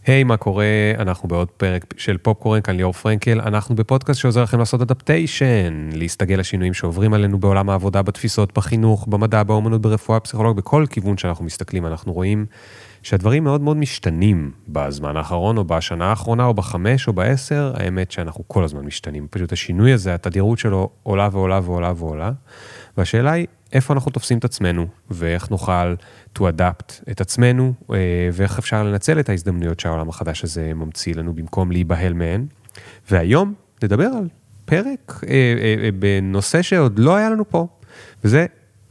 היי, מה קורה? אנחנו בעוד פרק של פופקורן, כאן ליאור פרנקל. אנחנו בפודקאסט שעוזר לכם לעשות אדפטיישן, להסתגל לשינויים שעוברים עלינו בעולם העבודה, בתפיסות, בחינוך, במדע, באומנות, ברפואה, פסיכולוג, בכל כיוון שאנחנו מסתכלים. אנחנו רואים שהדברים מאוד מאוד משתנים בזמן האחרון, או בשנה האחרונה, או ב5, או ב10. האמת שאנחנו כל הזמן משתנים. פשוט השינוי הזה, התדירות שלו עולה ועולה ועולה ועולה. והשאלה היא, איפה אנחנו תופסים את עצמנו, ואיך נוכל to adapt את עצמנו, ואיך אפשר לנצל את ההזדמנויות שהעולם החדש הזה ממציא לנו, במקום להיבהל מהן. והיום נדבר על פרק בנושא שעוד לא היה לנו פה, וזה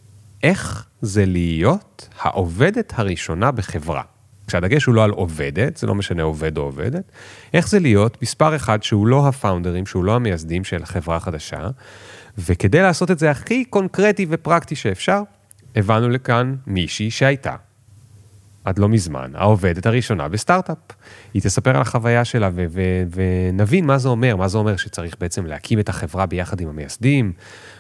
איך זה להיות העובדת הראשונה בחברה. כשהדגש הוא לא על עובדת, זה לא משנה עובד או עובדת, איך זה להיות מספר אחד שהוא לא הפאונדרים, שהוא לא המייסדים של חברה חדשה, וכדי לעשות את זה הכי קונקרטי ופרקטי שאפשר, הבאנו לכאן מישהי שהייתה, עד לא מזמן, העובדת הראשונה בסטארט-אפ. היא תספר על החוויה שלה ונבין מה זה אומר, מה זה אומר שצריך בעצם להקים את החברה ביחד עם המייסדים,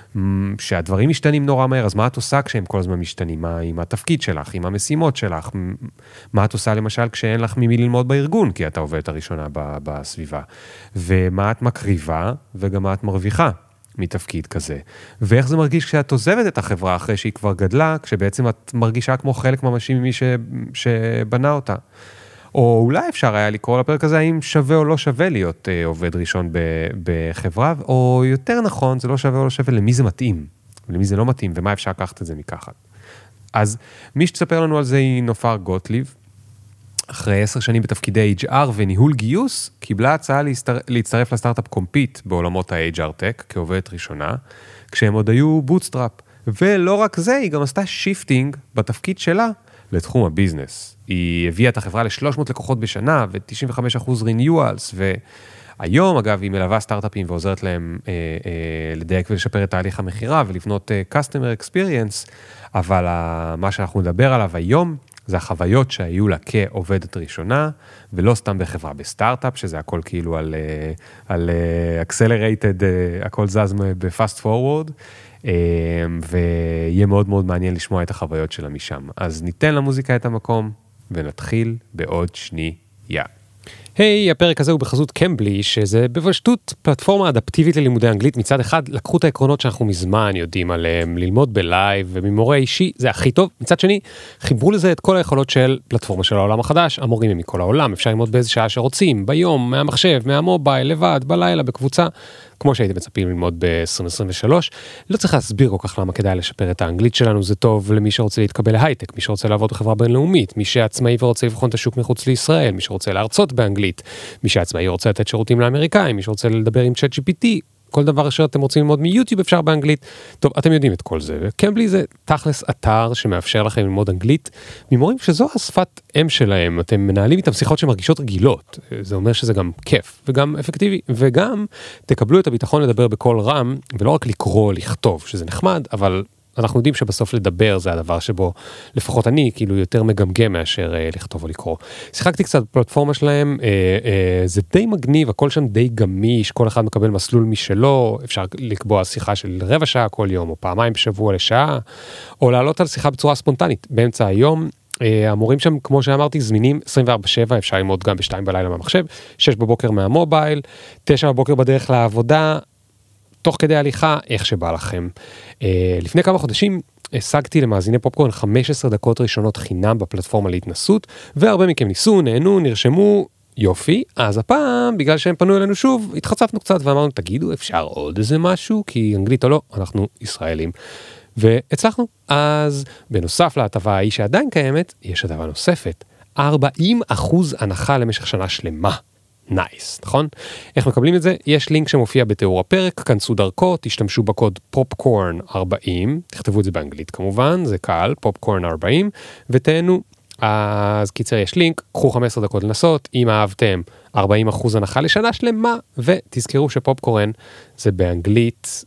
שהדברים משתנים נורא מהר, אז מה את עושה כשהם כל הזמן משתנים? מה עם התפקיד שלך, עם המשימות שלך? מה את עושה למשל כשאין לך ממי ללמוד בארגון, כי אתה עובדת הראשונה בסביבה? ומה את מקריבה וגם מה את מרוויחה מתפקיד כזה? ואיך זה מרגיש כשאת עוזבת את החברה אחרי שהיא כבר גדלה, כשבעצם את מרגישה כמו חלק ממשי ממי שבנה אותה? או אולי אפשר היה לקרוא לפרק הזה, האם שווה או לא שווה להיות עובד ראשון בחברה, או יותר נכון, זה לא שווה או לא שווה, למי זה מתאים, ולמי זה לא מתאים, ומה אפשר לקחת את זה מכחת. אז מי שתספר לנו על זה היא נופר גוטליב, אחרי 10 שנים בתפקידי HR וניהול גיוס, קיבלה הצעה להצטרף לסטארט-אפ קומפיט בעולמות ה-HR Tech, כעובדת ראשונה, כשהם עוד היו בוטסטראפ. ולא רק זה, היא גם עשתה שיפטינג בתפקיד שלה, לתחום הביזנס. היא הביאה את החברה ל-300 לקוחות בשנה, ו-95% renewals, והיום, אגב, היא מלווה סטארט-אפים ועוזרת להם לדייק ולשפר את תהליך המחירה, ולבנות customer experience, אבל מה שאנחנו נדבר עליו היום, זה החוויות שהיו לה כעובדת ראשונה, ולא סתם בחברה בסטארט-אפ, שזה הכל כאילו על accelerated, הכל זז ב-fast forward, ויהיה מאוד מאוד מעניין לשמוע את החוויות שלה משם. אז ניתן למוזיקה את המקום, ונתחיל בעוד שנייה. היי, הפרק הזה הוא בחזות קמבלי, שזה בפשטות פלטפורמה אדפטיבית ללימודי אנגלית. מצד אחד, לקחו את העקרונות שאנחנו מזמן יודעים עליהם, ללמוד בלייב וממורה אישי, זה הכי טוב. מצד שני, חיברו לזה את כל היכולות של פלטפורמה של העולם החדש, המורים הם מכל העולם, אפשר ללמוד באיזה שעה שרוצים, ביום, מהמחשב, מהמובייל, לבד, בלילה, בקבוצה, כמו שהייתם מצפים ללמוד ב-2023. לא צריך להסביר כל כך למה כדאי לשפר את האנגלית שלנו, זה טוב למי שרוצה להתקבל להייטק, מי שרוצה לעבוד בחברה בינלאומית, מי שעצמאי ורוצה לבחון את השוק מחוץ לישראל, מי שרוצה להרצות באנגלית, מי שעצמאי רוצה לתת שירותים לאמריקאים, מי שרוצה לדבר עם ChatGPT, כל דבר שאתם רוצים ללמוד מיוטיוב אפשר באנגלית. טוב, אתם יודעים את כל זה. קמבלי זה תכלס אתר שמאפשר לכם ללמוד אנגלית ממורים שזו השפת אם שלהם. אתם מנהלים איתם שיחות שמרגישות רגילות. זה אומר שזה גם כיף וגם אפקטיבי, וגם תקבלו את הביטחון לדבר בכל רם, ולא רק לקרוא, לכתוב, שזה נחמד, אבל אנחנו יודעים שבסוף לדבר זה הדבר שבו, לפחות אני, כאילו יותר מגמגם מאשר לכתוב או לקרוא. שיחקתי קצת בפלטפורמה שלהם, זה די מגניב, הכל שם די גמיש, כל אחד מקבל מסלול משלו, אפשר לקבוע שיחה של רבע שעה כל יום, או פעמיים בשבוע לשעה, או לעלות על שיחה בצורה ספונטנית, באמצע היום. המורים שם, כמו שאמרתי, זמינים 24/7, אפשר ללמוד גם ב2 בלילה מהמחשב, 6 בבוקר מהמובייל, 9 בבוקר בדרך לעבודה, תוך כדי הליכה, איך שבא לכם. לפני כמה חודשים השגתי למאזיני פופקורן 15 דקות ראשונות חינם בפלטפורמה להתנסות, והרבה מכם ניסו, נהנו, נרשמו, יופי. אז הפעם, בגלל שהם פנו אלינו שוב, התחצפנו קצת ואמרנו, תגידו, אפשר עוד איזה משהו? כי אנגלית או לא, אנחנו ישראלים. והצלחנו. אז בנוסף להטבה ההיא שעדיין קיימת, יש הטבה נוספת. 40% הנחה למשך שנה שלמה. נייס, נכון? איך מקבלים את זה? יש לינק שמופיע בתיאור הפרק, כנסו דרכו, תשתמשו בקוד popcorn 40, תכתבו את זה באנגלית כמובן, זה קל, popcorn 40, ותהנו. אז קיצר יש לינק, קחו 15 דקות לנסות, אם אהבתם 40% הנחה לשנה שלמה, ותזכרו שפופקורן זה באנגלית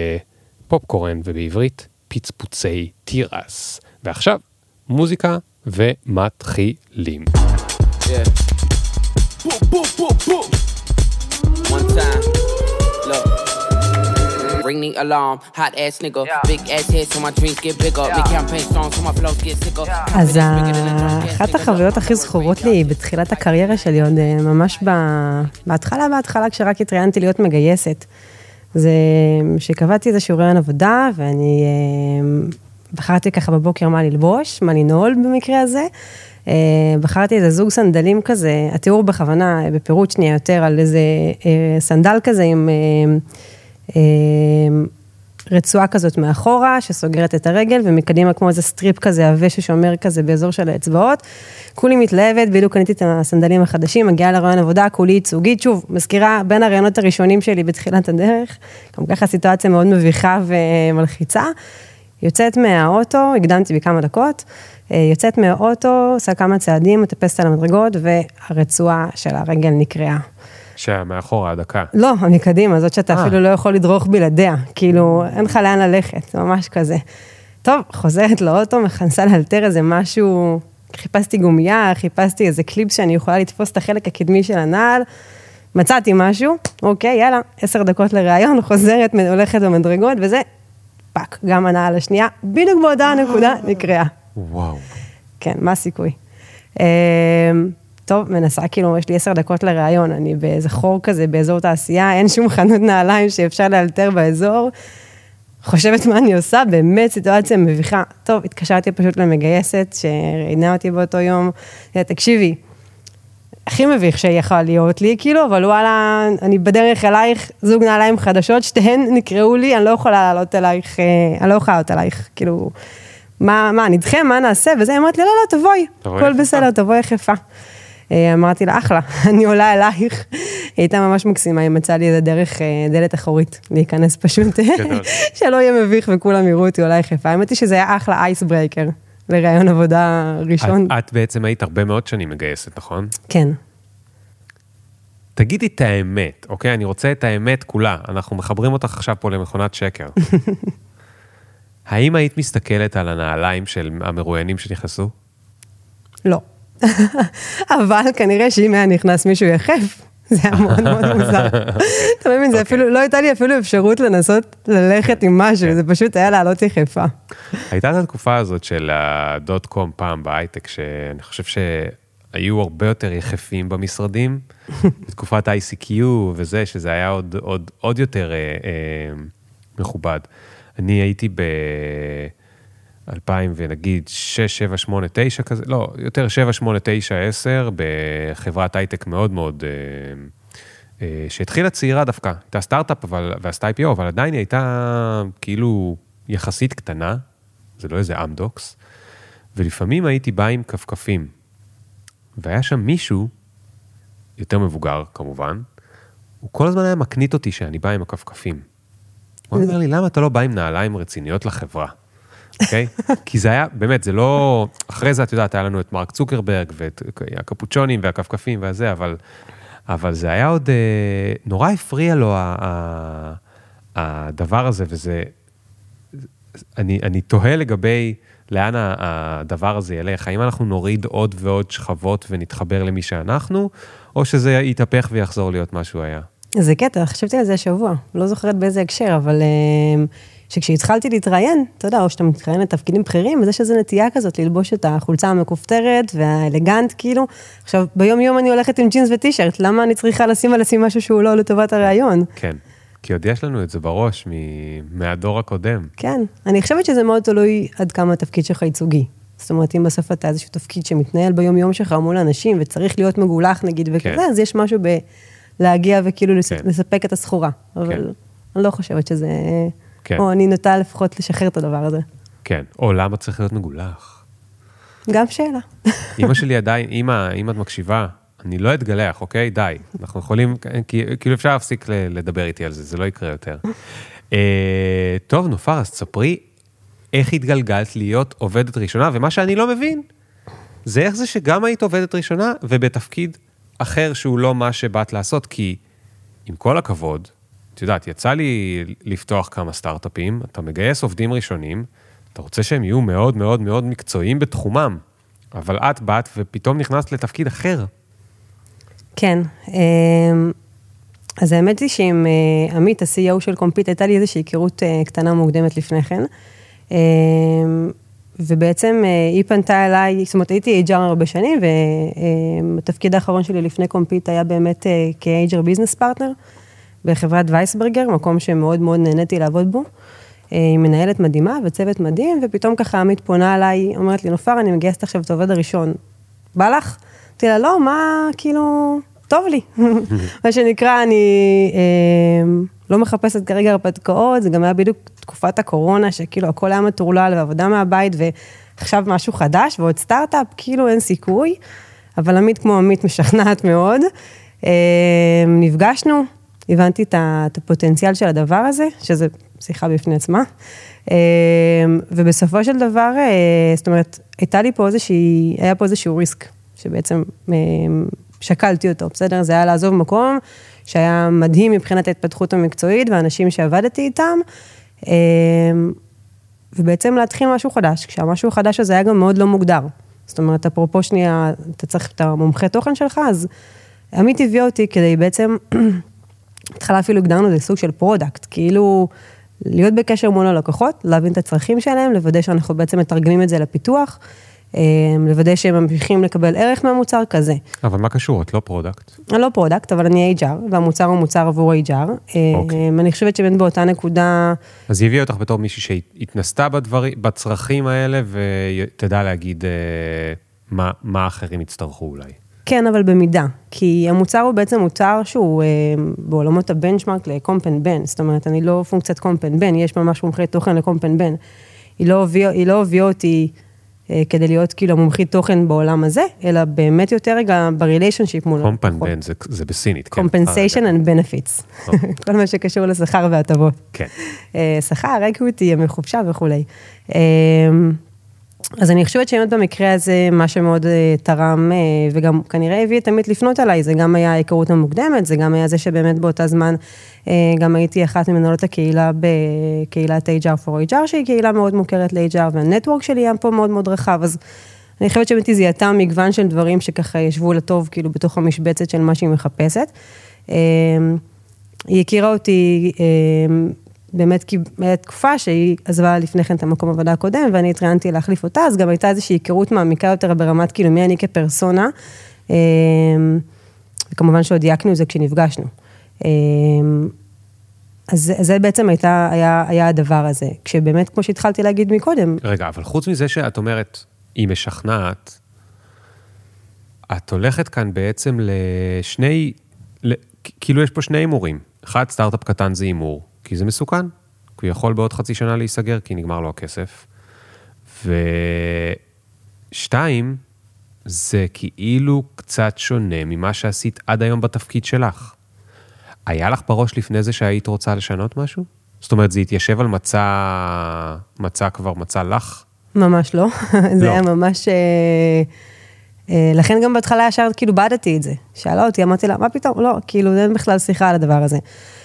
פופקורן ובעברית פצפוצי תירס. ועכשיו, מוזיקה ומתחילים. Boom, boom, boom, boom. One time, look. Bring the money alarm, hot ass nigga, big ass head so my dreams get bigger, make campaign songs so my flows get sicker. אז אחת החוויות הכי זכורות לי בתחילת הקריירה שלי, עוד ממש בהתחלה כשרק התראיינתי להיות מגייסת, זה שקבעתי איזה שיעורי עבודה, ואני בחרתי ככה בבוקר מה ללבוש, מה לנעול במקרה הזה, בחרתי איזה זוג סנדלים כזה, התיאור בכוונה, בפירוט שנייה יותר, על איזה סנדל כזה עם רצועה כזאת מאחורה, שסוגרת את הרגל, ומקדימה כמו איזה סטריפ כזה, עווה ששומר כזה באזור של האצבעות. כולי מתלהבת, בדיוק קניתי את הסנדלים החדשים, מגיעה לרעיון עבודה, כולי ייצוגית, שוב, מזכירה בין הרעיונות הראשונים שלי בתחילת הדרך, גם ככה סיטואציה מאוד מביכה ומלחיצה. יוצאת מהאוטו, הקדמתי בכמה דקות, יוצאת מהאוטו, עושה כמה צעדים, מטפסת על המדרגות, והרצועה של הרגל נקראה. שמאחורה הדקה. לא, מקדימה, זאת שאתה אפילו לא יכול לדרוך בלעדיה, כאילו, אין לך לאן ללכת, ממש כזה. טוב, חוזרת לאוטו, מכנסה לאלתר איזה משהו, חיפשתי גומייה, חיפשתי איזה קליפס שאני יכולה לתפוס את החלק הקדמי של הנעל, מצאתי משהו, אוקיי, יאללה, 10 דקות לראיון, חוזרת, הולכת במדרגות, וזה, פאק, גם הנעל השנייה, בדיוק באותה הנקודה, נקראה. וואו. כן, מה הסיכוי? טוב, מנסה, כאילו, יש לי 10 דקות לראיון, אני באיזה חור כזה, באזור תעשייה, אין שום חנות נעליים שאפשר לאלתר באזור, חושבת מה אני עושה, באמת סיטואציה מביכה. טוב, התקשרתי פשוט למגייסת, שראיינה אותי באותו יום, תקשיבי, הכי מביך שיכול להיות לי, כאילו, אבל וואלה, אני בדרך אלייך, זוג נעליים חדשות, שתיהן נקראו לי, אני לא יכולה לעלות אלייך, אני לא יכולה לעלות אלייך, כאילו, מה, נדחה, מה נעשה? וזה, אמרת לי, לא, תבואי, הכל בסדר, תבואי יחפה. אמרתי לה, אחלה, אני עולה אלייך, היא הייתה ממש מקסימה, היא מצאה לי איזה דרך דלת אחורית, להיכנס פשוט, שלא יהיה מביך וכולם יראו אותי עולה יחפה. האמת היא שזה היה אחלה אייס ברייקר, לרעיון עבודה ראשון. את בעצם היית הרבה מאוד שנים מגייסת, נכון? כן. תגידי את האמת, אוקיי? אני רוצה את האמת כולה, אנחנו מחברים אותך עכשיו פה למכונת שקר. האם היית מסתכלת על הנעליים של המרואיינים שנכנסו? לא. אבל כנראה שאם היה נכנס מישהו יחף, זה היה מאוד מאוד מוזר. אתה מבין, זה אפילו, לא הייתה לי אפילו אפשרות לנסות ללכת עם משהו, זה פשוט היה לעלות יחפה. הייתה את התקופה הזאת של הדוט-קום פעם בהייטק, שאני חושב שהיו הרבה יותר יחפים במשרדים, בתקופת ICQ וזה, שזה היה עוד יותר מכובד. אני הייתי ב-2000 ונגיד 6, 7, 8, 9 כזה, לא, יותר 7, 8, 9, 10, בחברת הייטק מאוד מאוד, שהתחילה צעירה דווקא, הייתה סטארט-אפ ועשתה IPO, אבל עדיין היא הייתה כאילו יחסית קטנה, זה לא איזה אמדוקס, ולפעמים הייתי בא עם כפכפים, והיה שם מישהו, יותר מבוגר כמובן, הוא כל הזמן היה מקנית אותי שאני בא עם הכפכפים. הוא אומר לי, למה אתה לא בא עם נעליים רציניות לחברה? אוקיי? כי זה היה, באמת, זה לא, אחרי זה את יודעת, היה לנו את מרק צוקרברג, ואת הקפוצ'ונים והכפכפים והזה, אבל זה היה עוד, נורא הפריע לו הדבר הזה, וזה, אני תוהה לגבי לאן הדבר הזה ילך, האם אנחנו נוריד עוד ועוד שכבות ונתחבר למי שאנחנו, או שזה יתהפך ויחזור להיות מה שהוא היה. זה קטע, חשבתי על זה השבוע, לא זוכרת באיזה הקשר, אבל שכשהתחלתי להתראיין, אתה יודע, או שאתה מתראיין לתפקידים בכירים, אז יש איזו נטייה כזאת ללבוש את החולצה המכופתרת והאלגנט, כאילו. עכשיו, ביום יום אני הולכת עם ג'ינס וטישרט, למה אני צריכה לשים משהו שהוא לא לטובת הרעיון? כן, כי עוד יש לנו את זה בראש מהדור הקודם. כן, אני חושבת שזה מאוד תלוי עד כמה התפקיד שלך ייצוגי. זאת אומרת, אם בסוף אתה איזשהו תפקיד שמתנהל ביום יום שלך מול אנשים, וצריך להיות מגולח נגיד וכזה, אז יש משהו להגיע וכאילו לספק את הסחורה. אבל אני לא חושבת שזה, או אני נוטה לפחות לשחרר את הדבר הזה. כן, או למה צריך להיות מגולח? גם שאלה. אמא שלי עדיין, אמא את מקשיבה, אני לא אתגלח, אוקיי? די. אנחנו יכולים, כאילו אפשר להפסיק לדבר איתי על זה, זה לא יקרה יותר. טוב, נופר, אז תספרי איך התגלגלת להיות עובדת ראשונה, ומה שאני לא מבין, זה איך זה שגם היית עובדת ראשונה, ובתפקיד אחר שהוא לא מה שבאת לעשות, כי עם כל הכבוד, את יודעת, יצא לי לפתוח כמה סטארט-אפים, אתה מגייס עובדים ראשונים, אתה רוצה שהם יהיו מאוד מאוד מאוד מקצועיים בתחומם, אבל את באת ופתאום נכנסת לתפקיד אחר. כן, אז האמת היא שעם עמית, ה-CEO של קומפיט, הייתה לי איזושהי היכרות קטנה מוקדמת לפני כן. ובעצם היא פנתה אליי, זאת אומרת, הייתי HR הרבה שנים, והתפקיד האחרון שלי לפני קומפיט היה באמת כ-HR ביזנס פרטנר, בחברת וייסברגר, מקום שמאוד מאוד נהניתי לעבוד בו. היא מנהלת מדהימה וצוות מדהים, ופתאום ככה עמית פונה אליי, אומרת לי, נופר, אני מגייסת עכשיו את העובד הראשון. בא לך? אמרתי לה, לא, מה, כאילו, טוב לי. מה שנקרא, אני לא מחפשת כרגע הרפתקאות, זה גם היה בדיוק תקופת הקורונה, שכאילו הכל היה מטורלל ועבודה מהבית, ועכשיו משהו חדש, ועוד סטארט-אפ, כאילו אין סיכוי, אבל עמית כמו עמית משכנעת מאוד. נפגשנו, הבנתי את הפוטנציאל של הדבר הזה, שזה שיחה בפני עצמה, ובסופו של דבר, זאת אומרת, היה פה איזשהו ריסק, שבעצם שקלתי אותו, בסדר? זה היה לעזוב מקום, שהיה מדהים מבחינת ההתפתחות המקצועית, והאנשים שעבדתי איתם, ובעצם להתחיל משהו חדש, כשהמשהו החדש הזה היה גם מאוד לא מוגדר. זאת אומרת, אפרופו שנייה, אתה צריך את המומחה תוכן שלך, אז עמית הביא אותי כדי בעצם, התחלה אפילו הגדרנו, זה סוג של פרודקט, כאילו להיות בקשר מול הלקוחות, להבין את הצרכים שלהם, לוודא שאנחנו בעצם מתרגמים את זה לפיתוח, לוודא שהם ממשיכים לקבל ערך מהמוצר כזה. אבל מה קשור? את לא פרודקט? אני לא פרודקט, אבל אני HR, והמוצר הוא מוצר עבור HR. אני חושבת שבאמת באותה נקודה... אז היא הביאה אותך בתור מישהי שהתנסתה בצרכים האלה, ותדע להגיד מה אחרים יצטרכו אולי. כן, אבל במידה, כי המוצר הוא בעצם מוצר שהוא בעולמות הבנצ'מרק לקומפן בן, זאת אומרת, אני לא פונקציית קומפן בן, יש ממש מומחית תוכן לקומפן בן. היא לא הביאה אותי כדי להיות כאילו מומחית תוכן בעולם הזה, אלא באמת יותר רגע בריליישנשיפ מול... קומפן בן, זה בסינית, כן. Compensation and benefits. כל מה שקשור לשכר והטבות. כן. שכר, אקוויטי, ימי חופשה וכולי. אז אני חושבת שבאמת במקרה הזה, מה שמאוד תרם, וגם כנראה הביא תמיד לפנות עליי, זה גם היה ההיכרות המוקדמת, זה גם היה זה שבאמת באותה זמן, גם הייתי אחת ממנהלות הקהילה בקהילת HR for HR, שהיא קהילה מאוד מוכרת ל-HR, והנטוורק שלי היה פה מאוד מאוד רחב, אז אני חושבת שבאמת זיהתה מגוון של דברים שככה ישבו לטוב, כאילו בתוך המשבצת של מה שהיא מחפשת. היא הכירה אותי באמת כי הייתה תקופה שהיא עזבה לפני כן את המקום עבודה הקודם, ואני התראיינתי להחליף אותה, אז גם הייתה איזושהי היכרות מעמיקה יותר ברמת כאילו מי אני כפרסונה, וכמובן שעוד דייקנו את זה כשנפגשנו. אז זה בעצם היה הדבר הזה, כשבאמת כמו שהתחלתי להגיד מקודם. רגע, אבל חוץ מזה שאת אומרת, היא משכנעת, את הולכת כאן בעצם כאילו יש פה שני אימורים. אחד, סטארט-אפ קטן זה אימור, כי זה מסוכן, כי הוא יכול בעוד חצי שנה להיסגר, כי נגמר לו הכסף. ושתיים, זה כאילו קצת שונה ממה שעשית עד היום בתפקיד שלך. היה לך בראש לפני זה שהיית רוצה לשנות משהו? זאת אומרת, זה התיישב על מצא לך? ממש לא. זה היה ממש... לכן גם בהתחלה ישר כאילו בעדתי את זה. שאלה אותי, אמרתי לה, מה פתאום? לא, כאילו, אין בכלל שיחה על הדבר הזה.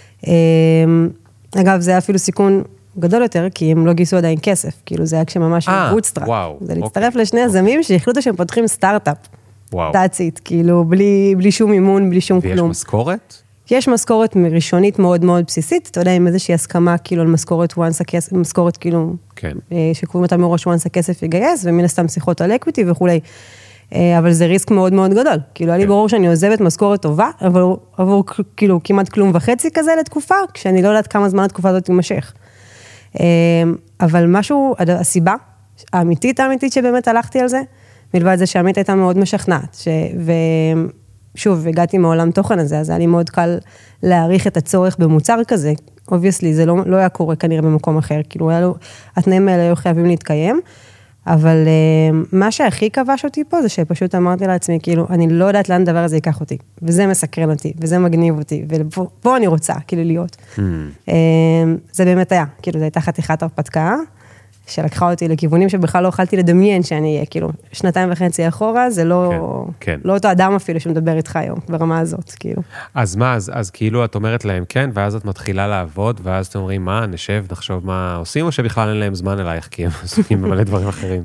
אגב, זה היה אפילו סיכון גדול יותר, כי הם לא גייסו עדיין כסף. כאילו, זה היה כשממש בוטסטראפ. זה להצטרף לשני יזמים שהחליטו שהם פותחים סטארט-אפ. דאצית, כאילו, בלי שום אימון, בלי שום כלום. ויש משכורת? יש משכורת ראשונית מאוד מאוד בסיסית, אתה יודע, עם איזושהי הסכמה, כאילו, על משכורת כאילו, שקובעים אותה מראש once הכסף יגייס, ומן הסתם שיחות על אקוויטי וכולי. אבל זה ריסק מאוד מאוד גדול. כאילו, היה לי ברור שאני עוזבת משכורת טובה, אבל עבור כאילו כמעט כלום וחצי כזה לתקופה, כשאני לא יודעת כמה זמן התקופה הזאת תימשך. אבל משהו, הסיבה האמיתית שבאמת הלכתי על זה, מלבד זה שהאמית הייתה מאוד משכנעת, ושוב, הגעתי מעולם תוכן הזה, אז היה לי מאוד קל להעריך את הצורך במוצר כזה, obviously זה לא היה קורה כנראה במקום אחר, כאילו התנאים האלה היו חייבים להתקיים, אבל מה שהכי כבש אותי פה, זה שפשוט אמרתי לעצמי, כאילו, אני לא יודעת לאן דבר הזה ייקח אותי, וזה מסקרן אותי, וזה מגניב אותי, ופה אני רוצה, כאילו, להיות. זה באמת היה, כאילו, זו הייתה חתיכת הרפתקה, שלקחה אותי לכיוונים שבכלל לא יכולתי לדמיין שאני אהיה, כאילו, 2.5 אחורה, זה לא אותו אדם אפילו שמדבר איתך היום, ברמה הזאת, כאילו. אז מה, אז כאילו את אומרת להם כן, ואז את מתחילה לעבוד, ואז אתם אומרים, מה, נשב, נחשוב מה עושים, או שבכלל אין להם זמן אלייך, כי הם עושים במלא דברים אחרים?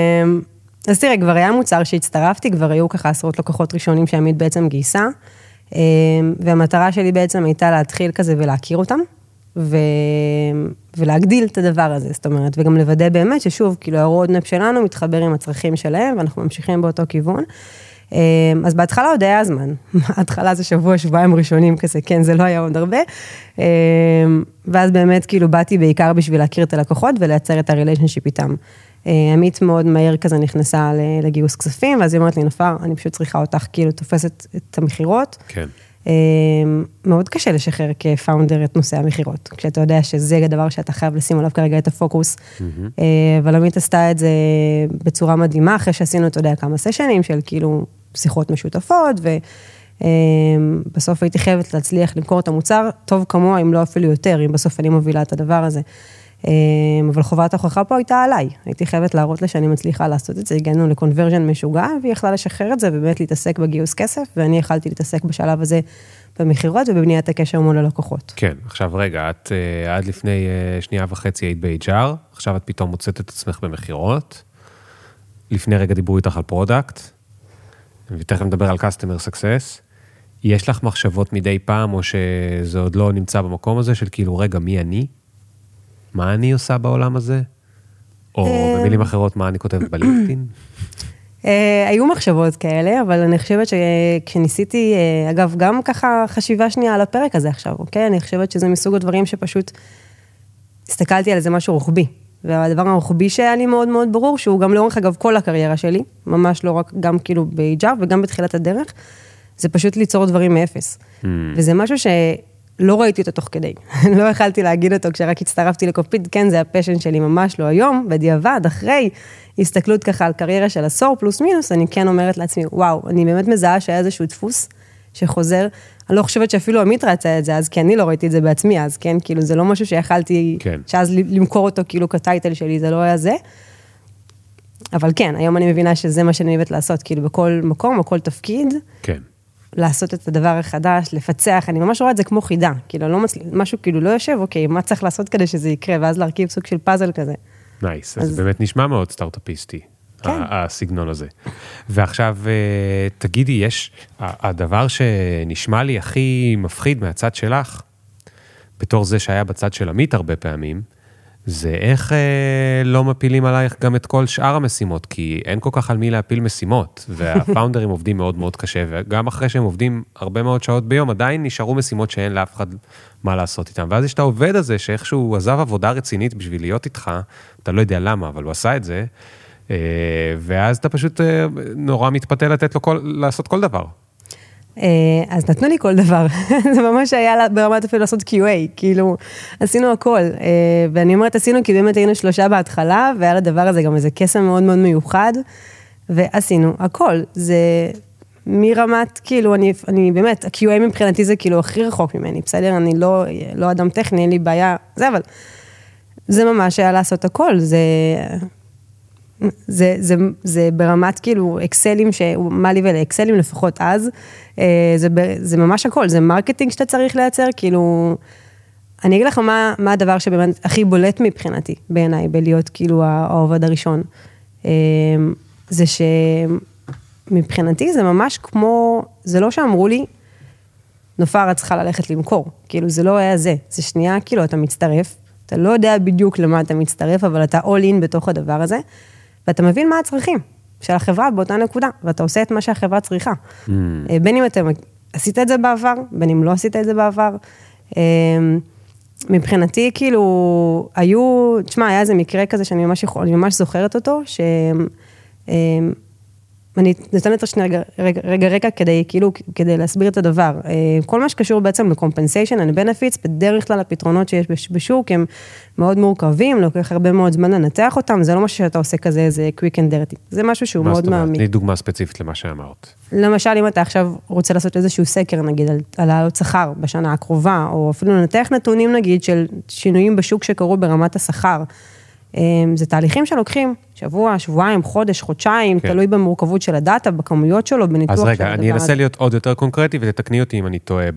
אז תראה, כבר היה מוצר שהצטרפתי, כבר היו ככה עשרות לקוחות ראשונים שהעמית בעצם גייסה, והמטרה שלי בעצם הייתה להתחיל כזה ולהכיר אותם, ולהגדיל את הדבר הזה, זאת אומרת, וגם לוודא באמת ששוב, כאילו הרודנפ שלנו מתחבר עם הצרכים שלהם, ואנחנו ממשיכים באותו כיוון. אז בהתחלה עוד היה זמן, ההתחלה זה שבועיים ראשונים כזה, כן, זה לא היה עוד הרבה, ואז באמת כאילו באתי בעיקר בשביל להכיר את הלקוחות ולייצר את הריליישנשיפ איתם. עמית מאוד מהר כזה נכנסה לגיוס כספים, ואז היא אומרת לי, נופר, אני פשוט צריכה אותך, כאילו תופסת את המחירות. כן. מאוד קשה לשחרר כפאונדר את נושא המחירות, כשאתה יודע שזה הדבר שאתה חייב לשים עליו כרגע את הפוקוס, אבל עמית עשתה את זה בצורה מדהימה, אחרי שעשינו, אתה יודע, כמה סשנים של כאילו שיחות משותפות, ובסוף הייתי חייבת להצליח למכור את המוצר, טוב כמוה, אם לא אפילו יותר, אם בסוף אני מובילה את הדבר הזה. אבל חובת ההוכחה פה הייתה עליי, הייתי חייבת להראות לה שאני מצליחה לעשות את זה, הגענו לקונברז'ן משוגע, והיא יכלה לשחרר את זה, ובאמת להתעסק בגיוס כסף, ואני יכלתי להתעסק בשלב הזה במחירות, ובבניית הקשר מול הלקוחות. כן, עכשיו רגע, את עד לפני 2.5 היית ב-HR, עכשיו את פתאום מוצאת את עצמך במחירות, לפני רגע דיברו איתך על פרודקט, ותכף נדבר על Customer Success, יש לך מחשבות מדי פעם, או שזה עוד לא נמצא במקום הזה, של כאילו רגע, מי אני? מה אני עושה בעולם הזה? או במילים אחרות, מה אני כותבת בלינקדאין? היו מחשבות כאלה, אבל אני חושבת שכשניסיתי, אגב, גם ככה חשיבה שנייה על הפרק הזה עכשיו, אוקיי? אני חושבת שזה מסוג הדברים שפשוט הסתכלתי על איזה משהו רוחבי, והדבר הרוחבי שהיה לי מאוד מאוד ברור, שהוא גם לאורך אגב כל הקריירה שלי, ממש לא רק גם כאילו ב-HR וגם בתחילת הדרך, זה פשוט ליצור דברים מאפס. וזה משהו לא ראיתי אותו תוך כדי, לא יכלתי להגיד אותו כשרק הצטרפתי לקופיד, כן, זה הפשן שלי ממש לא היום, בדיעבד, אחרי הסתכלות ככה על קריירה של עשור פלוס מינוס, אני כן אומרת לעצמי, וואו, אני באמת מזהה שהיה איזשהו דפוס שחוזר, אני לא חושבת שאפילו עמית רצה את זה, אז כי אני לא ראיתי את זה בעצמי, אז כן, כאילו זה לא משהו שיכלתי, כן. שאז למכור אותו כאילו כטייטל שלי, זה לא היה זה, אבל כן, היום אני מבינה שזה מה שאני אוהבת לעשות, כאילו בכל מקום, בכל תפקיד, כן. לעשות את הדבר החדש, לפצח, אני ממש רואה את זה כמו חידה, כאילו לא משהו כאילו לא יושב, אוקיי, מה צריך לעשות כדי שזה יקרה, ואז להרכיב סוג של פאזל כזה. נייס, אז באמת נשמע מאוד סטארט-אפיסטי, הסגנון הזה. ועכשיו, תגידי, יש, הדבר שנשמע לי הכי מפחיד מהצד שלך, בתור זה שהיה בצד של עמית הרבה פעמים, זה איך לא מפילים עלייך גם את כל שאר המשימות, כי אין כל כך על מי להפיל משימות, והפאונדרים עובדים מאוד מאוד קשה, וגם אחרי שהם עובדים הרבה מאוד שעות ביום, עדיין נשארו משימות שאין לאף אחד מה לעשות איתם. ואז יש את העובד הזה, שאיכשהו עזב עבודה רצינית בשביל להיות איתך, אתה לא יודע למה, אבל הוא עשה את זה, ואז אתה פשוט נורא מתפתה לתת לו לעשות כל דבר. אז נתנו לי כל דבר, זה ממש היה ברמת אפילו לעשות QA, כאילו עשינו הכל, ואני אומרת עשינו כי באמת היינו 3 בהתחלה, והיה לדבר הזה גם איזה קסם מאוד מאוד מיוחד, ועשינו הכל, זה מרמת, כאילו אני באמת, ה-QA מבחינתי זה כאילו הכי רחוק ממני, בסדר, אני לא אדם טכני, אין לי בעיה, זה אבל, זה ממש היה לעשות הכל, זה ברמת כאילו אקסלים, מה לי ולאקסלים לפחות אז, זה ממש הכל, זה מרקטינג שאתה צריך לייצר, כאילו, אני אגיד לך מה הדבר שבאמת הכי בולט מבחינתי, בעיניי, בלהיות כאילו העובד הראשון, זה שמבחינתי זה ממש כמו, זה לא שאמרו לי, נופר את צריכה ללכת למכור, כאילו זה לא היה זה שנייה, כאילו אתה מצטרף, אתה לא יודע בדיוק למה אתה מצטרף, אבל אתה all in בתוך הדבר הזה, ואתה מבין מה הצרכים של החברה באותה נקודה, ואתה עושה את מה שהחברה צריכה. בין אם אתה עשית את זה בעבר, בין אם לא עשית את זה בעבר. מבחינתי, כאילו, היה איזה מקרה כזה שאני ממש זוכרת אותו, אני נתנת רגע כדי להסביר את הדבר. כל מה שקשור בעצם ל-compensation and benefits, בדרך כלל הפתרונות שיש בשוק, הם מאוד מורכבים, לוקח הרבה מאוד זמן לנתח אותם, זה לא משהו שאתה עושה כזה, איזה quick and dirty. זה משהו שהוא מאוד מעמיק. תני דוגמה ספציפית למה שאמרת. למשל, אם אתה עכשיו רוצה לעשות איזשהו סקר, נגיד, על העלות שכר בשנה הקרובה, או אפילו לנתח נתונים, נגיד, של שינויים בשוק שקרו ברמת השכר, זה תהליכים שלוקחים שבוע, שבועיים, חודש, חודשיים, תלוי במורכבות של הדאטה, בכמויות שלו, בניתוח של הדבר הזה. אז רגע, אני אנסה להיות עוד יותר קונקרטי, ותתקני אותי אם אני טועה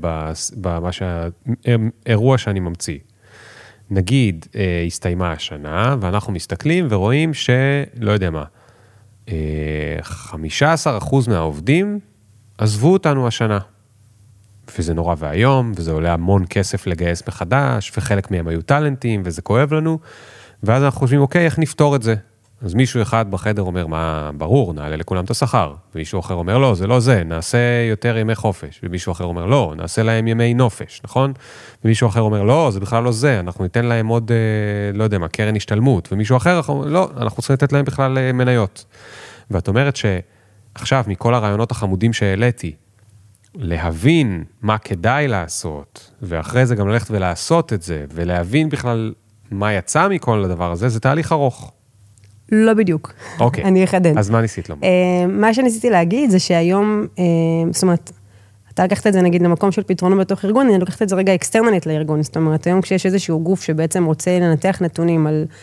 באירוע שאני ממציא. נגיד, הסתיימה השנה, ואנחנו מסתכלים ורואים שלא יודע מה, 15% מהעובדים עזבו אותנו השנה. וזה נורא והיום, וזה עולה המון כסף לגייס מחדש, וחלק מהם היו טלנטים, וזה כואב לנו, ואז אנחנו חושבים, אוקיי, איך נפתור את זה? אז מישהו אחד בחדר אומר, מה, ברור, נעלה לכולם את השכר, ומישהו אחר אומר, לא, זה לא זה, נעשה יותר ימי חופש, ומישהו אחר אומר, לא, נעשה להם ימי נופש, נכון? ומישהו אחר אומר, לא, זה בכלל לא זה, אנחנו ניתן להם עוד, לא יודע מה, קרן השתלמות, ומישהו אחר אומר, לא, אנחנו צריכים לתת להם בכלל מניות. ואת אומרת שעכשיו, מכל הרעיונות החמודים שהעליתי, להבין מה כדאי לעשות, ואחרי זה גם ללכת ולעשות את זה, ולהבין בכלל מה יצא מכל הדבר הזה, זה תהליך ארוך. לא בדיוק. אוקיי. אני אחדד. אז מה ניסית לומר? מה שניסיתי להגיד זה שהיום, זאת אומרת, אתה לקחת את זה נגיד למקום של פתרונות בתוך ארגון, אני לוקחת את זה רגע אקסטרנלית לארגון, זאת אומרת, היום כשיש איזשהו גוף שבעצם רוצה לנתח נתונים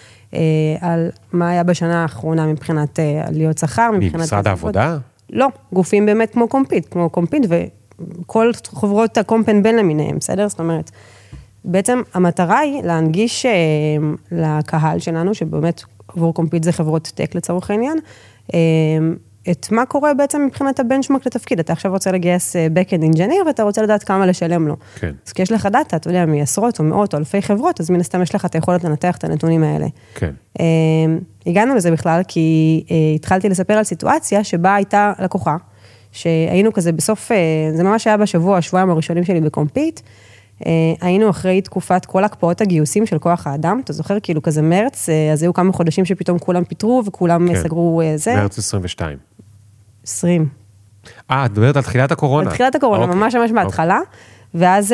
על מה היה בשנה האחרונה מבחינת עליות שכר, מבחינת... ממשרד העבודה? לא, גופים באמת כמו קומפיט, וכל חברות הקומפן בין למיניהם, בסדר? זאת אומרת, בעצם המטרה היא להנגיש לקהל שלנו, שבאמת עבור קומפיט זה חברות טק לצורך העניין, את מה קורה בעצם מבחינת הבנצ'מרק לתפקיד. אתה עכשיו רוצה לגייס back-end engineer, ואתה רוצה לדעת כמה לשלם לו. כן. אז כי יש לך דאטה, אתה יודע, מעשרות או מאות או אלפי חברות, אז מן הסתם יש לך את היכולת לנתח את הנתונים האלה. כן. הגענו לזה בכלל, כי התחלתי לספר על סיטואציה שבה הייתה לקוחה, שהיינו כזה בסוף, זה ממש היה שבועיים הראשונים שלי בקומפיט, היינו אחרי תקופת כל הקפאות הגיוסים של כוח האדם, אתה זוכר כאילו כזה מרץ, אז היו כמה חודשים שפתאום כולם פיטרו וכולם סגרו זה. מרץ 22. 20. את מדברת על תחילת הקורונה. על תחילת הקורונה, ממש בהתחלה, ואז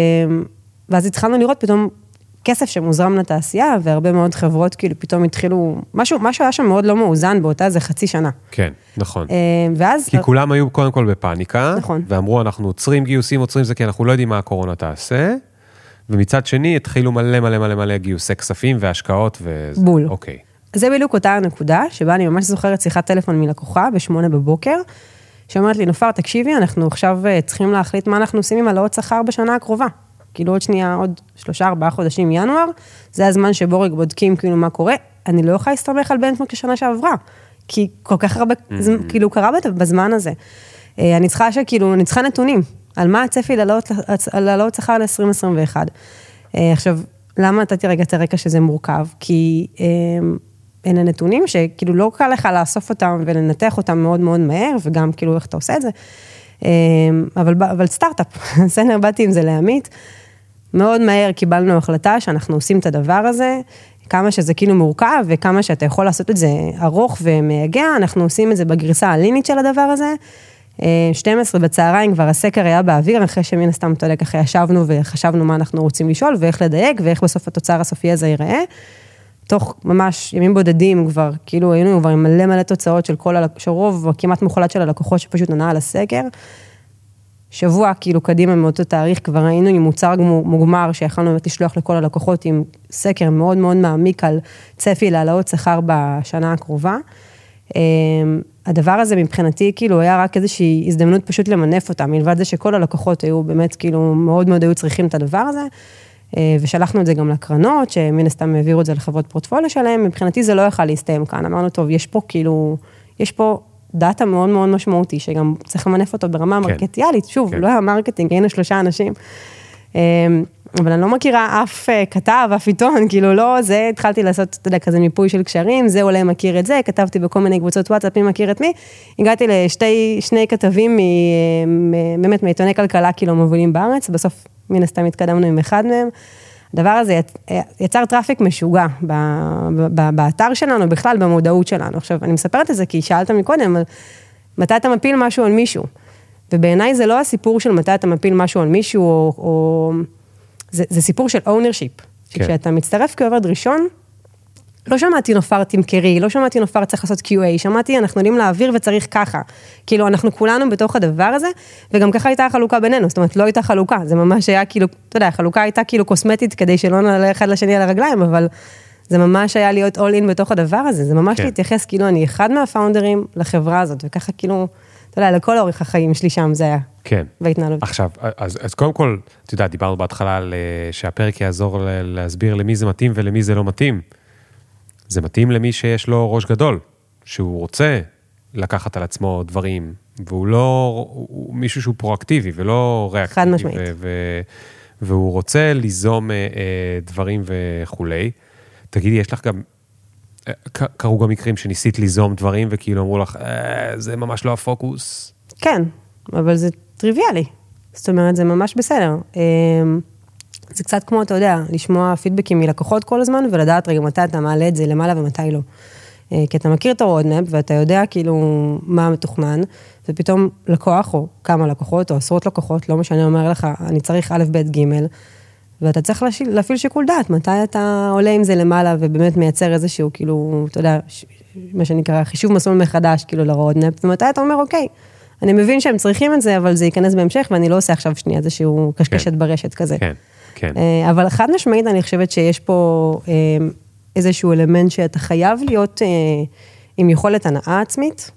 התחלנו לראות פתאום כסף שמוזרם לתעשייה, והרבה מאוד חברות כאילו פתאום התחילו, משהו היה שם מאוד לא מאוזן באותה איזה חצי שנה. כן, נכון. ואז... כי כולם היו קודם כל בפאניקה, נכון. ואמרו אנחנו עוצרים גיוסים, עוצרים זה כי אנחנו לא יודעים מה הקורונה תעשה, ומצד שני התחילו מלא גיוסי כספים והשקעות וזה. בול. אוקיי. זה בדיוק אותה הנקודה, שבה אני ממש זוכרת שיחת טלפון מלקוחה ב8 בבוקר, שאומרת לי, נופר, תקשיבי, אנחנו עכשיו צריכים להחליט מה אנחנו עושים עם העלאות שכר בשנה הקרובה. כאילו עוד שנייה, עוד 3-4 חודשים ינואר, זה הזמן שבו רק בודקים כאילו מה קורה, אני לא יכולה להסתמך על בנצ'מרק לשנה שעברה, כי כל כך הרבה, כאילו קרה בזמן הזה. אני צריכה נתונים, על מה הצפי לעלות שכר ל-2021. עכשיו, למה נתתי רגע את הרקע שזה מורכב? כי אין הנתונים שכאילו לא קל לך לאסוף אותם ולנתח אותם מאוד מאוד מהר, וגם כאילו איך אתה עושה את זה. אבל סטארט-אפ, בסדר, באתי עם זה להעמית, מאוד מהר קיבלנו החלטה שאנחנו עושים את הדבר הזה, כמה שזה כאילו מורכב, וכמה שאתה יכול לעשות את זה ארוך ומייגע, אנחנו עושים את זה בגרסה הלינית של הדבר הזה, 12 בצהריים כבר הסקר היה באוויר, אחרי שמן הסתם אתה יודע, ככה ישבנו וחשבנו מה אנחנו רוצים לשאול, ואיך לדייק, ואיך בסוף התוצר הסופי הזה ייראה, תוך ממש ימים בודדים כבר, כאילו היינו כבר עם מלא תוצאות של רוב, כמעט מוחלט של הלקוחות שפשוט ענה על הסקר, שבוע כאילו קדימה מאותו תאריך, כבר היינו עם מוצר מוגמר, שיכולנו באמת לשלוח לכל הלקוחות עם סקר מאוד מאוד מעמיק על צפי להעלאות שכר בשנה הקרובה. הדבר הזה מבחינתי כאילו היה רק איזושהי הזדמנות פשוט למנף אותה, מלבד זה שכל הלקוחות היו באמת כאילו מאוד מאוד היו צריכים את הדבר הזה, ושלחנו את זה גם לקרנות, שמן הסתם העבירו את זה לחברות פורטפוליו שלהם, מבחינתי זה לא יכל להסתיים כאן, אמרנו טוב, יש פה דאטה מאוד מאוד משמעותי, שגם צריך למנף אותו ברמה מרקטיאלית, שוב, לא היה מרקטינג, היינו 3 אנשים, אבל אני לא מכירה אף כתב, אף עיתון, כאילו לא, זה התחלתי לעשות, אתה יודע, כזה מיפוי של קשרים, זה אולי מכיר את זה, כתבתי בכל מיני קבוצות וואטסאפ, מי מכיר את מי, הגעתי לשני כתבים, באמת מעיתוני כלכלה, כאילו מובילים בארץ, בסוף מן הסתם התקדמנו עם אחד מהם, הדבר הזה יצר טראפיק משוגע באתר שלנו, בכלל במודעות שלנו. עכשיו, אני מספרת את זה כי שאלת מקודם, מתי אתה מפיל משהו על מישהו? ובעיניי זה לא הסיפור של מתי אתה מפיל משהו על מישהו, או זה סיפור של ownership. כשאתה מצטרף כעובד ראשון, לא שמעתי נופר תמכרי, לא שמעתי נופר צריך לעשות QA, שמעתי אנחנו יודעים להעביר וצריך ככה. כאילו אנחנו כולנו בתוך הדבר הזה, וגם ככה הייתה החלוקה בינינו, זאת אומרת לא הייתה חלוקה, זה ממש היה כאילו, אתה יודע, החלוקה הייתה כאילו קוסמטית כדי שלא נעלה אחד לשני על הרגליים, אבל זה ממש היה להיות all in בתוך הדבר הזה, זה ממש להתייחס כאילו אני אחד מהפאונדרים לחברה הזאת, וככה כאילו, אתה יודע, לכל אורך החיים שלי שם זה היה. כן. והתנהלות. עכשיו, אז קודם כל, אתה יודע, דיברנו בהתחלה על שהפרק יעזור להסביר למי זה מתאים ולמי זה לא מתאים. זה מתאים למי שיש לו ראש גדול, שהוא רוצה לקחת על עצמו דברים והוא לא, הוא מישהו שהוא פרואקטיבי ולא ריאקטיבי. חד משמעית. והוא רוצה ליזום דברים וכולי. תגידי, יש לך גם, קרו גם מקרים שניסית ליזום דברים, וכאילו אמרו לך, זה ממש לא הפוקוס. כן, אבל זה טריוויאלי. זאת אומרת, זה ממש בסדר. זה קצת כמו, אתה יודע, לשמוע פידבקים מלקוחות כל הזמן, ולדעת רגע מתי אתה מעלה את זה למעלה ומתי לא. כי אתה מכיר את הרודנאפ, ואתה יודע כאילו מה מתוכנן, ופתאום לקוח, או כמה לקוחות, או עשרות לקוחות, לא משנה, אומר לך, אני צריך א', ב', ג', ואתה צריך להפעיל שיקול דעת, מתי אתה עולה עם זה למעלה, ובאמת מייצר איזשהו, כאילו, אתה יודע, מה שנקרא, חישוב מסלול מחדש, כאילו, לרודנאפ, ומתי אתה אומר, אוקיי, אני מבין שהם צריכים את זה, אבל זה ייכנס בהמשך, ואני לא עושה עכשיו שנייה איזשהו קשקשת ברשת כזה. כן, כן. אבל חד משמעית, אני חושבת שיש פה איזשהו אלמנט שאתה חייב להיות עם יכולת הנאה עצמית,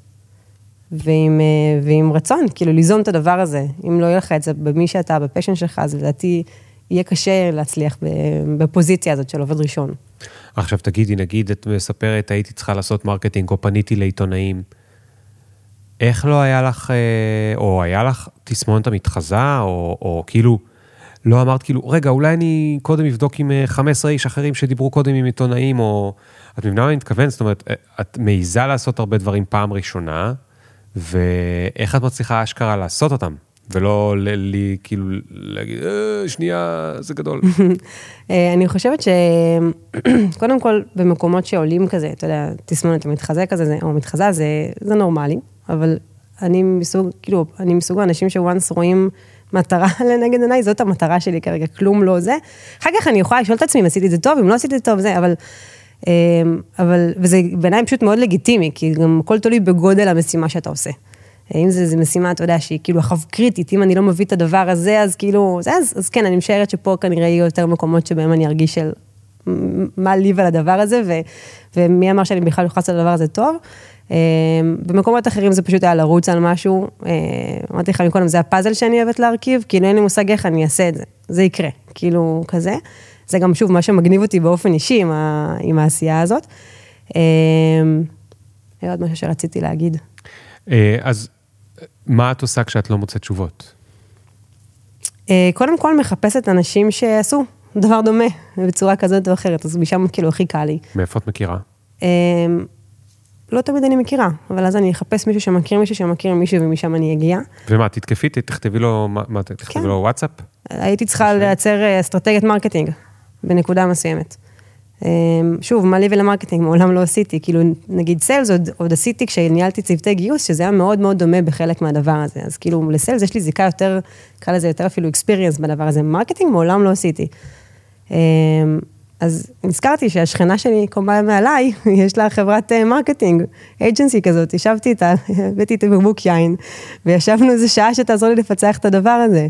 ועם רצון, כאילו ליזום את הדבר הזה. אם לא יהיה לך את זה במי שאתה, בפשן שלך, אז לדעתי יהיה קשה להצליח בפוזיציה הזאת של עובד ראשון. עכשיו תגידי, נגיד, את מספרת, הייתי צריכה לעשות מרקטינג, או פניתי לעיתונאים, איך לא היה לך, או היה לך תסמונת המתחזה, או כאילו, לא אמרת כאילו, רגע, אולי אני קודם אבדוק עם 15 איש אחרים שדיברו קודם עם עיתונאים, או את מבינה מה אני מתכוון, זאת אומרת, את מעיזה לעשות הרבה דברים פעם ראשונה, ואיך את מצליחה אשכרה לעשות אותם, ולא לי כאילו להגיד, שנייה, זה גדול. אני חושבת שקודם כל, במקומות שעולים כזה, אתה יודע, תסמונת המתחזה כזה, או מתחזה, זה נורמלי, אבל אני מסוג האנשים שוואנס רואים מטרה לנגד עיניי, זאת המטרה שלי כרגע, כלום לא זה. אחר כך אני יכולה לשאול את עצמי, אם עשיתי את זה טוב, אם לא עשיתי את זה טוב, זה, אבל, וזה בעיניי פשוט מאוד לגיטימי, כי גם הכל תלוי בגודל המשימה שאתה עושה. אם זה משימה, אתה יודע, שהיא כאילו החב קריטית, אם אני לא מביא את הדבר הזה, אז כאילו, אז כן, אני משערת שפה כנראה יהיו יותר מקומות שבהם אני ארגיש של מה לי ועל הדבר הזה, ומי אמר שאני בכלל יוחס על הדבר הזה טוב. במקומות אחרים זה פשוט היה לרוץ על משהו, אמרתי לך מקודם, זה הפאזל שאני אוהבת להרכיב, כאילו אין לי מושג איך אני אעשה את זה, זה יקרה, כאילו כזה. זה גם שוב מה שמגניב אותי באופן אישי עם העשייה הזאת. היה עוד משהו שרציתי להגיד. אז מה את עושה כשאת לא מוצאת תשובות? קודם כל מחפשת אנשים שעשו דבר דומה, בצורה כזאת או אחרת, אז משם כאילו הכי קל לי. מאיפה את מכירה? לא תמיד אני מכירה, אבל אז אני אחפש מישהו שמכיר מישהו שמכיר מישהו, ומשם אני אגיע. ומה, תתקפי, תכתבי לו, תכתבי לו וואטסאפ? הייתי צריכה לייצר אסטרטגיית מרקטינג, בנקודה מסוימת. שוב, מה לי ולמרקטינג, מעולם לא עשיתי, כאילו נגיד סיילס, עוד עשיתי כשניהלתי צוותי גיוס, שזה היה מאוד מאוד דומה בחלק מהדבר הזה, אז כאילו לסיילס יש לי זיקה יותר, קרא לזה יותר אפילו experience בדבר הזה, מרקטינג מעולם לא עשיתי. אז נזכרתי שהשכנה שלי קומה מעליי, יש לה חברת מרקטינג, אייג'נסי כזאת, ישבתי איתה, הבאתי איתה בקבוק יין, וישבנו איזה שעה שתעזור לי לפצח את הדבר הזה.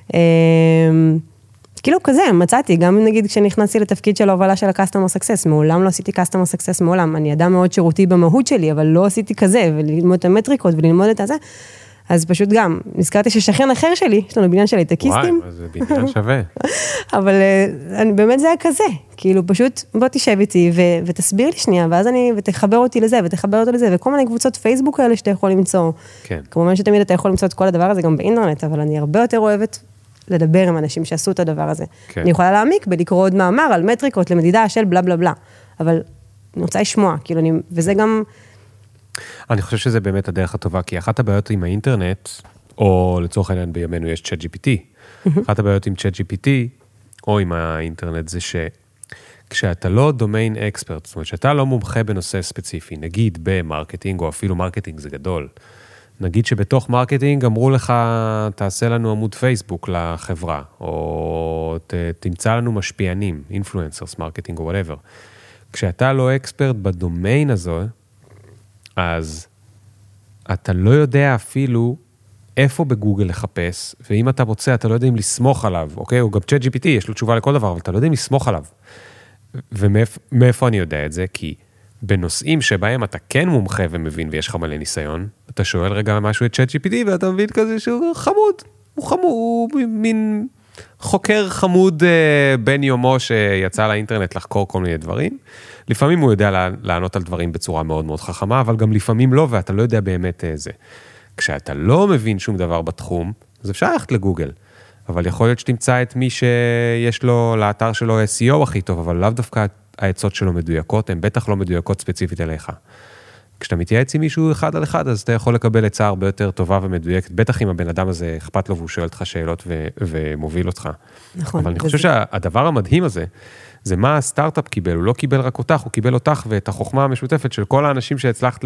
כאילו כזה, מצאתי, גם נגיד כשנכנסתי לתפקיד של ההובלה של ה-Customer Success, מעולם לא עשיתי Customer Success מעולם, אני אדם מאוד שירותי במהות שלי, אבל לא עשיתי כזה, וללמוד את המטריקות וללמוד את הזה, אז פשוט גם, נזכרתי ששכן אחר שלי, יש לנו בניין של הייטקיסטים. וואי, זה בניין שווה. אבל באמת זה היה כזה, כאילו פשוט בוא תשב איתי ותסביר לי שנייה, ואז ותחבר אותי לזה, ותחבר אותי לזה, וכל מיני קבוצות פייסבוק האלה שאתה יכול למצוא. כן. כמובן שתמיד אתה יכול למצוא את כל הדבר הזה גם באינטרנט, אבל אני הרבה יותר אוהבת לדבר עם אנשים שעשו את הדבר הזה. כן. אני יכולה להעמיק בלקרוא עוד מאמר על מטריקות למדידה של בלה בלה בלה, אבל אני רוצה לשמוע, כאילו וזה גם אני חושב שזה באמת הדרך הטובה, כי אחת הבעיות עם האינטרנט, או לצורך העניין בימינו יש ChatGPT, אחת הבעיות עם ChatGPT, או עם האינטרנט, זה שכשאתה לא דומיין אקספרט, זאת אומרת שאתה לא מומחה בנושא ספציפי, נגיד במרקטינג, או אפילו מרקטינג זה גדול, נגיד שבתוך מרקטינג אמרו לך, תעשה לנו עמוד פייסבוק לחברה, או תמצא לנו משפיענים, אינפלואנסרס, מרקטינג או whatever. כשאתה לא אקספרט בדומיין הזו, אז אתה לא יודע אפילו איפה בגוגל לחפש, ואם אתה רוצה, אתה לא יודע אם לסמוך עליו, אוקיי? או גם ChatGPT, יש לו תשובה לכל דבר, אבל אתה לא יודע אם לסמוך עליו. ומאיפה אני יודע את זה? כי בנושאים שבהם אתה כן מומחה ומבין, ויש לך מלא ניסיון, אתה שואל רגע משהו את ChatGPT, ואתה מבין כזה שהוא חמוד, הוא מין חוקר חמוד בן יומו שיצא לאינטרנט לחקור כל מיני דברים. לפעמים הוא יודע לענות על דברים בצורה מאוד מאוד חכמה, אבל גם לפעמים לא, ואתה לא יודע באמת זה. כשאתה לא מבין שום דבר בתחום, אז אפשר ללכת לגוגל, אבל יכול להיות שתמצא את מי שיש לו, לאתר שלו SEO הכי טוב, אבל לאו דווקא העצות שלו מדויקות, הן בטח לא מדויקות ספציפית אליך. כשאתה מתייעץ עם מישהו אחד על אחד, אז אתה יכול לקבל עצה הרבה יותר טובה ומדויקת, בטח אם הבן אדם הזה אכפת לו והוא שואל אותך שאלות ומוביל אותך. נכון. אבל אני חושב שהדבר המדהים הזה, זה מה הסטארט-אפ קיבל, הוא לא קיבל רק אותך, הוא קיבל אותך ואת החוכמה המשותפת של כל האנשים שהצלחת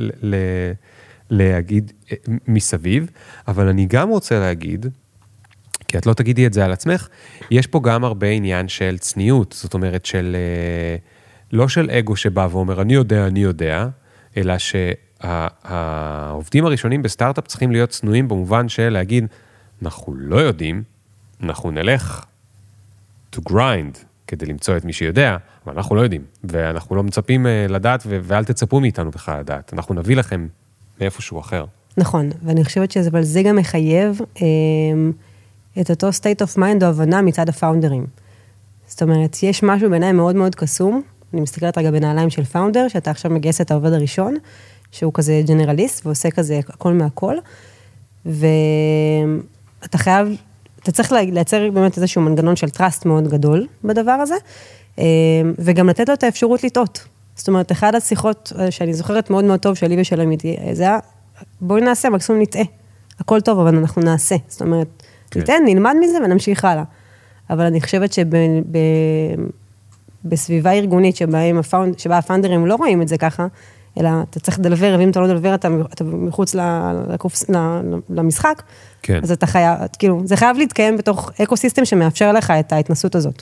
להגיד מסביב, אבל אני גם רוצה להגיד, כי את לא תגידי את זה על עצמך, יש פה גם הרבה עניין של צניעות, זאת אומרת של, לא של אגו שבא ואומר, אני יודע, אלא שהעובדים הראשונים בסטארט-אפ צריכים להיות צנועים במובן של להגיד, אנחנו לא יודעים, אנחנו נלך to grind כדי למצוא את מי שיודע, אבל אנחנו לא יודעים, ואנחנו לא מצפים לדעת, ואל תצפו מאיתנו בכלל לדעת, אנחנו נביא לכם מאיפשהו אחר. נכון, ואני חושבת אבל זה גם מחייב את אותו state of mind או הבנה מצד הפאונדרים. זאת אומרת, יש משהו בעיניי מאוד מאוד קסום, אני מסתכלת רגע בנעליים של פאונדר, שאתה עכשיו מגייס את העובד הראשון, שהוא כזה ג'נרליסט, ועושה כזה הכל מהכל, ואתה חייב, אתה צריך לייצר באמת איזשהו מנגנון של טראסט מאוד גדול בדבר הזה, וגם לתת לו את האפשרות לטעות. זאת אומרת, אחד השיחות שאני זוכרת מאוד מאוד טוב שלי ושל עמיתי, זה היה, בואי נעשה, מקסימום נטעה. הכל טוב, אבל אנחנו נעשה. זאת אומרת, ניתן, נלמד מזה ונמשיך הלאה. אבל אני חושבת בסביבה ארגונית שבה הפאונדרים לא רואים את זה ככה, אלא אתה צריך לדלבר, ואם אתה לא דלבר, אתה מחוץ למשחק, אז אתה חייב, כאילו, זה חייב להתקיים בתוך אקוסיסטם שמאפשר לך את ההתנסות הזאת.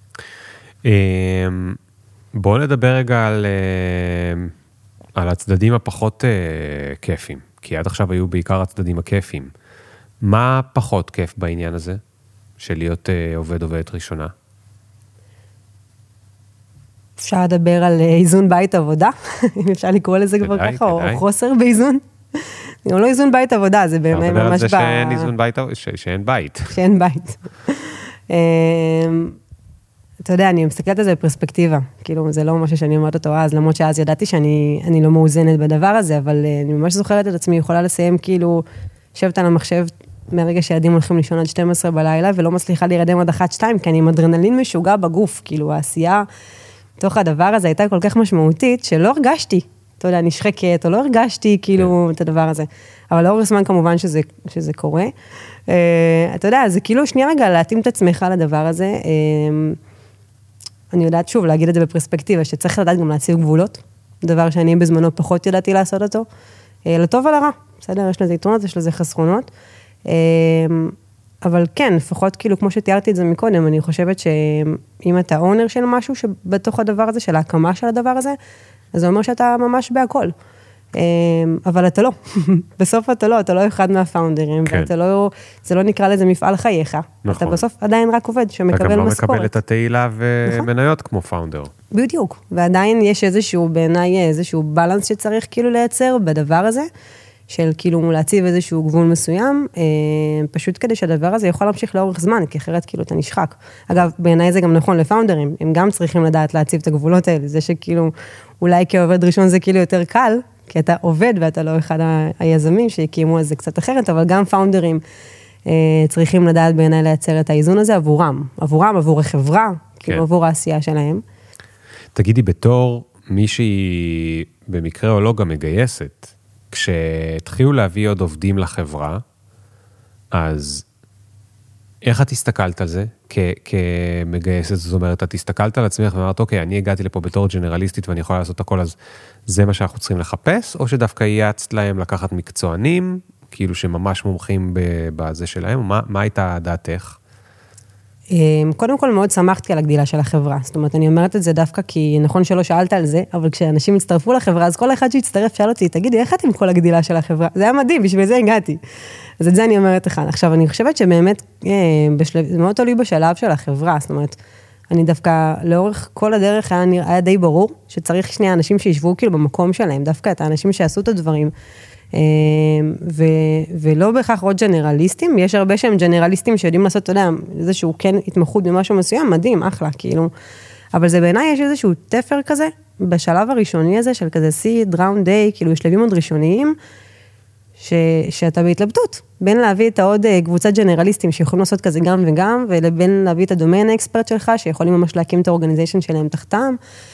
בואו נדבר רגע על הצדדים הפחות כיפים, כי עד עכשיו היו בעיקר הצדדים הכיפים. מה פחות כיף בעניין הזה, של להיות עובדת ראשונה? אפשר לדבר על איזון בית עבודה, אם אפשר לקרוא לזה כבר ככה, או חוסר באיזון. גם לא איזון בית עבודה, זה באמת ממש... אתה מדבר על זה שאין איזון בית, שאין בית. שאין בית. אתה יודע, אני מסתכלת על זה בפרספקטיבה, כאילו זה לא משהו שאני אומרת אותו אז, למרות שאז ידעתי שאני לא מאוזנת בדבר הזה, אבל אני ממש זוכרת את עצמי, יכולה לסיים כאילו, יושבת על המחשב מהרגע שילדים הולכים לישון עד 12 בלילה, ולא מצליחה להירדם עד 1-2, כי אני עם אדרנלין משוגע בגוף, כאילו העשייה, תוך הדבר הזה הייתה כל כך משמעותית, שלא הרגשתי, אתה יודע, נשחקת, או לא הרגשתי כאילו את הדבר הזה. אבל לאורך זמן כמובן שזה קורה. אתה יודע, זה כאילו שנייה רגע להתאים את עצמך לדבר הזה. אני יודעת שוב להגיד את זה בפרספקטיבה, שצריך לדעת גם להציב גבולות, דבר שאני בזמנו פחות ידעתי לעשות אותו, לטוב ולרע, בסדר? יש לזה יתרונות, יש לזה חסרונות. אבל כן, לפחות כאילו, כמו שתיארתי את זה מקודם, אני חושבת שאם אתה אונר של משהו שבתוך הדבר הזה, של ההקמה של הדבר הזה, אז זה אומר שאתה ממש בהכל. אבל אתה לא. בסוף אתה לא אחד מהפאונדרים, ואתה לא, זה לא נקרא לזה מפעל חייך. אתה בסוף עדיין רק עובד שמקבל משכורת. אתה גם לא מקבל את התהילה ומניות כמו פאונדר. בדיוק. ועדיין יש איזשהו, בעיניי, איזשהו בלנס שצריך כאילו לייצר בדבר הזה, של כאילו להציב איזשהו גבול מסוים, פשוט כדי שהדבר הזה יכול להמשיך לאורך זמן, כי אחרת כאילו אתה נשחק. אגב, בעיניי זה גם נכון לפאונדרים, הם גם צריכים לדעת להציב את הגבולות האלה, זה שכאילו, אולי כעובד ראשון זה כאילו יותר קל, כי אתה עובד ואתה לא אחד היזמים שהקימו את זה קצת אחרת, אבל גם פאונדרים צריכים לדעת בעיניי לייצר את האיזון הזה עבורם, עבור החברה, כאילו עבור העשייה שלהם. תגידי, בתור מישהי במקרה או לא גם מגייסת, כשהתחילו להביא עוד עובדים לחברה, אז איך את הסתכלת על זה כמגייסת? זאת אומרת, את הסתכלת על עצמך ואמרת, אוקיי, אני הגעתי לפה בתור ג'נרליסטית ואני יכולה לעשות הכל, אז זה מה שאנחנו צריכים לחפש, או שדווקא ייעצת להם לקחת מקצוענים, כאילו שממש מומחים בזה שלהם, מה הייתה דעתך? קודם כל מאוד שמחתי על הגדילה של החברה, זאת אומרת, אני אומרת את זה דווקא כי נכון שלא שאלת על זה, אבל כשאנשים הצטרפו לחברה, אז כל אחד שהצטרף שאל אותי, תגידי, איך את עם כל הגדילה של החברה? זה היה מדהים, בשביל זה הגעתי. אז את זה אני אומרת לך. עכשיו, אני חושבת שבאמת, זה מאוד תלוי בשלב של החברה, זאת אומרת, אני דווקא לאורך כל הדרך היה די ברור, שצריך שני אנשים שישבו כאילו במקום שלהם, דווקא את האנשים שעשו את הדברים, ולא בהכרח עוד ג'נרליסטים, יש הרבה שהם ג'נרליסטים שיודעים לעשות, אתה יודע, איזשהו כן התמחות במשהו מסוים, מדהים, אחלה, כאילו, אבל זה בעיניי יש איזשהו תפר כזה, בשלב הראשוני הזה של כזה seed, round day, כאילו, שלבים עוד ראשוניים, שאתה בהתלבטות, בין להביא את העוד קבוצת ג'נרליסטים שיכולים לעשות כזה גם וגם, ולבין להביא את הדומיין האקספרט שלך, שיכולים ממש להקים את האורגניזיישן שלהם תחתם.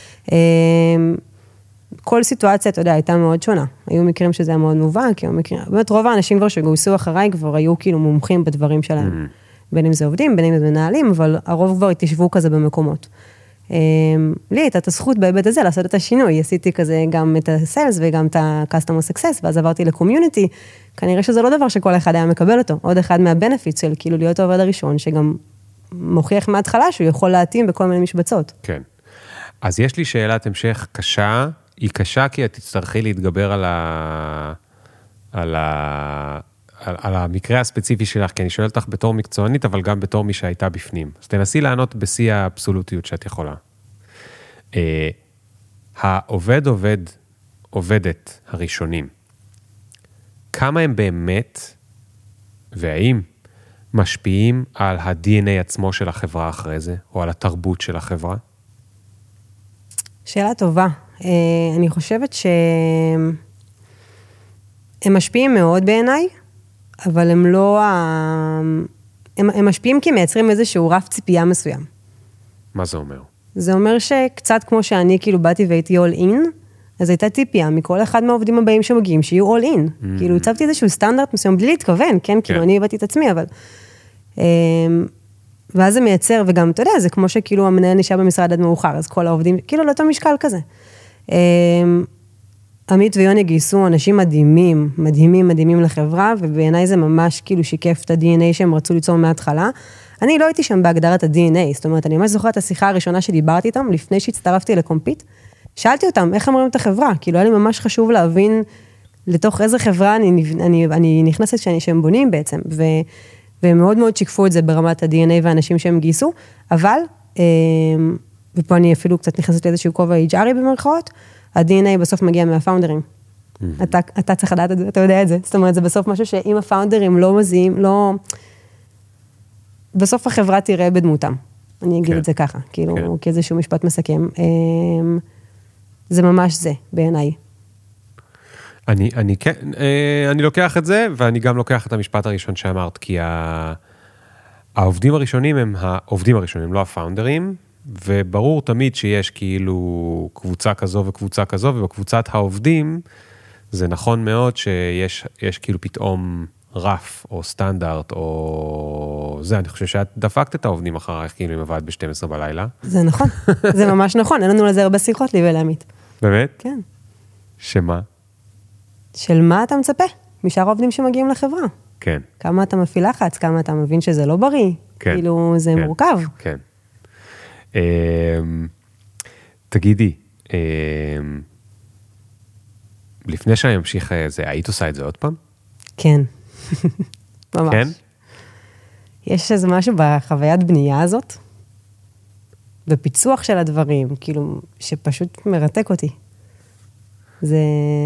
כל סיטואציה, אתה יודע, הייתה מאוד שונה. היו מקרים שזה היה מאוד מובהק, באמת רוב האנשים כבר שגויסו אחריי כבר היו כאילו מומחים בדברים שלהם. בין אם זה עובדים, בין אם זה מנהלים, אבל הרוב כבר התיישבו כזה במקומות. לי הייתה את הזכות בהיבט הזה לעשות את השינוי, עשיתי כזה גם את הסיילס וגם את ה-customer success, ואז עברתי לקומיוניטי, כנראה שזה לא דבר שכל אחד היה מקבל אותו, עוד אחד מהבנפיט של כאילו להיות העובד הראשון, שגם מוכיח מההתחלה שהוא יכול להתאים בכל מיני משבצות. כן. אז יש לי שאלת המשך קשה, היא קשה כי את תצטרכי להתגבר על המקרה הספציפי שלך, כי אני שואל אותך בתור מקצוענית, אבל גם בתור מי שהייתה בפנים. אז תנסי לענות בשיא האבסולוטיות שאת יכולה. עובדת הראשונים, כמה הם באמת, והאם משפיעים על ה-DNA עצמו של החברה אחרי זה, או על התרבות של החברה? שאלה טובה. אני חושבת שהם משפיעים מאוד בעיניי, אבל הם לא, הם משפיעים כי מייצרים איזשהו רף ציפייה מסוים. מה זה אומר? זה אומר שקצת כמו שאני כאילו באתי והייתי all in, אז הייתה ציפייה מכל אחד מהעובדים הבאים שמגיעים, שיהיו all in. כאילו הצבתי איזשהו סטנדרט מסוים, בלי להתכוון, כן? כאילו אני הבאתי את עצמי, אבל... ואז זה מייצר, וגם, אתה יודע, זה כמו שכאילו המנהל נשאר במשרד עד מאוחר, אז כל העובדים, כאילו לאותו משקל כזה. עמית ויוני גייסו אנשים מדהימים לחברה, ובעיניי זה ממש כאילו שיקף את ה-DNA שהם רצו ליצור מההתחלה. אני לא הייתי שם בהגדרת ה-DNA, זאת אומרת, אני ממש זוכרת את השיחה הראשונה שדיברתי איתם, לפני שהצטרפתי לקומפיט, שאלתי אותם, איך הם רואים את החברה? כאילו, היה לי ממש חשוב להבין לתוך איזה חברה אני נכנסת שהם בונים בעצם, והם מאוד מאוד שיקפו את זה ברמת ה-DNA והאנשים שהם גייסו, אבל, ופה אני אפילו קצת נכנסת לאיזשהו כובע HRי במרכאות, ה-DNA בסוף מגיע מהפאונדרים. אתה צריך לדעת את זה, אתה יודע את זה. זאת אומרת, זה בסוף משהו שאם הפאונדרים לא מזיעים, בסוף החברה תראה בדמותם. אני אגיד את זה ככה, כאילו, כאיזשהו משפט מסכם. זה ממש זה, בעיניי. אני לוקח את זה, ואני גם לוקח את המשפט הראשון שאמרת, כי העובדים הראשונים הם העובדים הראשונים, לא הפאונדרים, וברור תמיד שיש כאילו קבוצה כזו וקבוצה כזו, ובקבוצת העובדים זה נכון מאוד שיש כאילו פתאום רף או סטנדרט או זה, אני חושב שאת דפקת את העובדים אחרייך כאילו אם עבד ב-12 בלילה. זה נכון, זה ממש נכון, אין לנו לזה הרבה שיחות לי ולעמית. באמת? כן. שמה? של מה אתה מצפה? משאר העובדים שמגיעים לחברה. כן. כמה אתה מפעיל לחץ, כמה אתה מבין שזה לא בריא. כן. כאילו זה מורכב. כן. תגידי, לפני שאני אמשיך זה, היית עושה את זה עוד פעם? כן. ממש. כן? יש איזה משהו בחוויית בנייה הזאת, בפיצוח של הדברים, כאילו, שפשוט מרתק אותי. זה...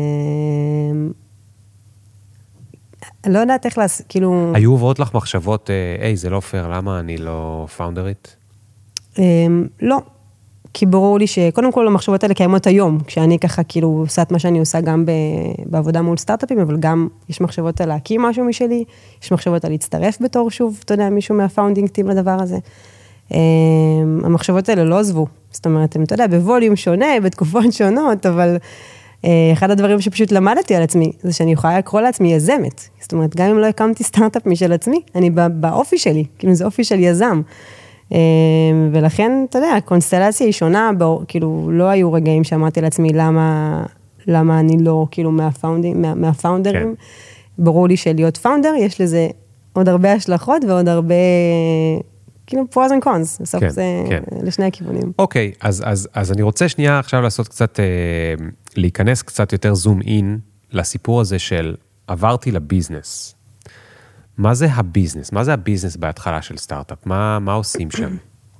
אני לא יודעת איך כאילו... היו עוברות לך מחשבות, זה לא פייר, למה אני לא פאונדרית? לא, כי ברור לי שקודם כל המחשבות האלה קיימות היום, כשאני ככה כאילו עושה את מה שאני עושה גם בעבודה מול סטארט-אפים, אבל גם יש מחשבות על להקים משהו משלי, יש מחשבות על להצטרף בתור שוב, אתה יודע, מישהו מהפאונדינג טים לדבר הזה. המחשבות האלה לא עזבו, זאת אומרת, אתה יודע, בווליום שונה, בתקופות שונות, אבל אחד הדברים שפשוט למדתי על עצמי, זה שאני יכולה לקרוא לעצמי יזמת, זאת אומרת, גם אם לא הקמתי סטארט-אפ משל עצמי, אני באופי שלי, כאילו זה אופי של יזם. ולכן, אתה יודע, הקונסטלציה היא שונה, כאילו, לא היו רגעים שאמרתי לעצמי למה אני לא, כאילו, מהפאונדרים. ברור לי שלהיות פאונדר, יש לזה עוד הרבה השלכות ועוד הרבה, כאילו, pros and cons. בסוף זה לשני הכיוונים. אוקיי, אז אני רוצה שנייה עכשיו לעשות קצת, להיכנס קצת יותר זום אין לסיפור הזה של עברתי לביזנס. מה זה הביזנס? מה זה הביזנס בהתחלה של סטארט-אפ? מה עושים שם?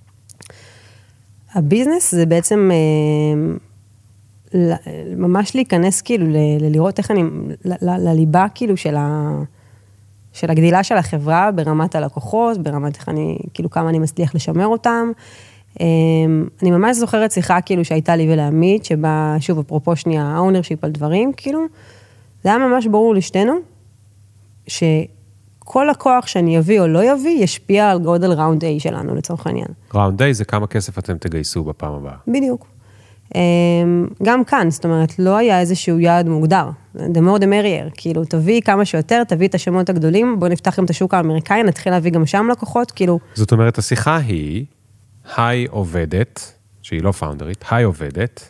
הביזנס זה בעצם ממש להיכנס כאילו, לראות איך אני, לליבה כאילו של הגדילה של החברה ברמת הלקוחות, ברמת איך אני, כאילו כמה אני מצליח לשמר אותם. אני ממש זוכרת שיחה כאילו שהייתה לי ולעמית, שבה שוב אפרופו שנייה האונרשיפ על דברים, כאילו, זה היה ממש ברור לשתינו, שכל הכוח שאני אביא או לא יביא, ישפיע על גודל ראונד A שלנו, לצורך העניין. ראונד A זה כמה כסף אתם תגייסו בפעם הבאה. בדיוק. גם כאן, זאת אומרת, לא היה איזשהו יעד מוגדר. The more the merrier, כאילו, תביא כמה שיותר, תביא את השמות הגדולים, בוא נפתח גם את השוק האמריקאי, נתחיל להביא גם שם לקוחות, כאילו... זאת אומרת, השיחה היא, היי עובדת, שהיא לא פאונדרית, היי עובדת,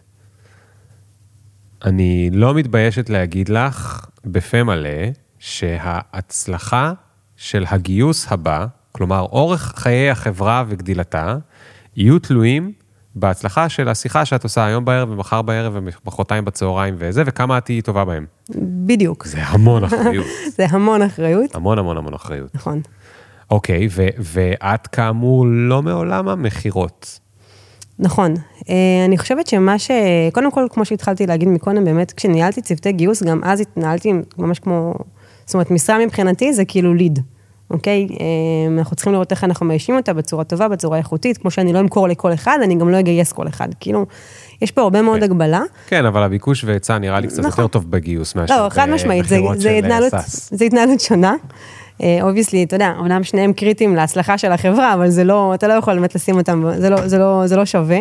אני לא מתביישת להגיד לך בפה מלא, שההצלחה של הגיוס הבא, כלומר, אורך חיי החברה וגדילתה, יהיו תלויים בהצלחה של השיחה שאת עושה היום בערב ומחר בערב ומחרתיים בצהריים וזה, וכמה את תהיי טובה בהם. בדיוק. זה המון אחריות. זה המון אחריות. המון המון המון אחריות. נכון. אוקיי, ואת כאמור לא מעולם המחירות. נכון. אני חושבת שמה ש... קודם כל, כמו שהתחלתי להגיד מקודם, באמת, כשניהלתי צוותי גיוס, גם אז התנהלתי ממש כמו... זאת אומרת, משרה מבחינתי זה כאילו ליד. אוקיי? אנחנו צריכים לראות איך אנחנו מאיישים אותה בצורה טובה, בצורה איכותית, כמו שאני לא אמכור לכל אחד, אני גם לא אגייס כל אחד. כאילו, יש פה הרבה מאוד הגבלה. כן, אבל הביקוש והיצע נראה לי קצת יותר טוב בגיוס מאשר לא, חד משמעית, זה התנהלות שונה. obviously, אתה יודע, אמנם שניהם קריטיים להצלחה של החברה, אבל זה לא, אתה לא יכול באמת לשים אותם, זה לא שווה.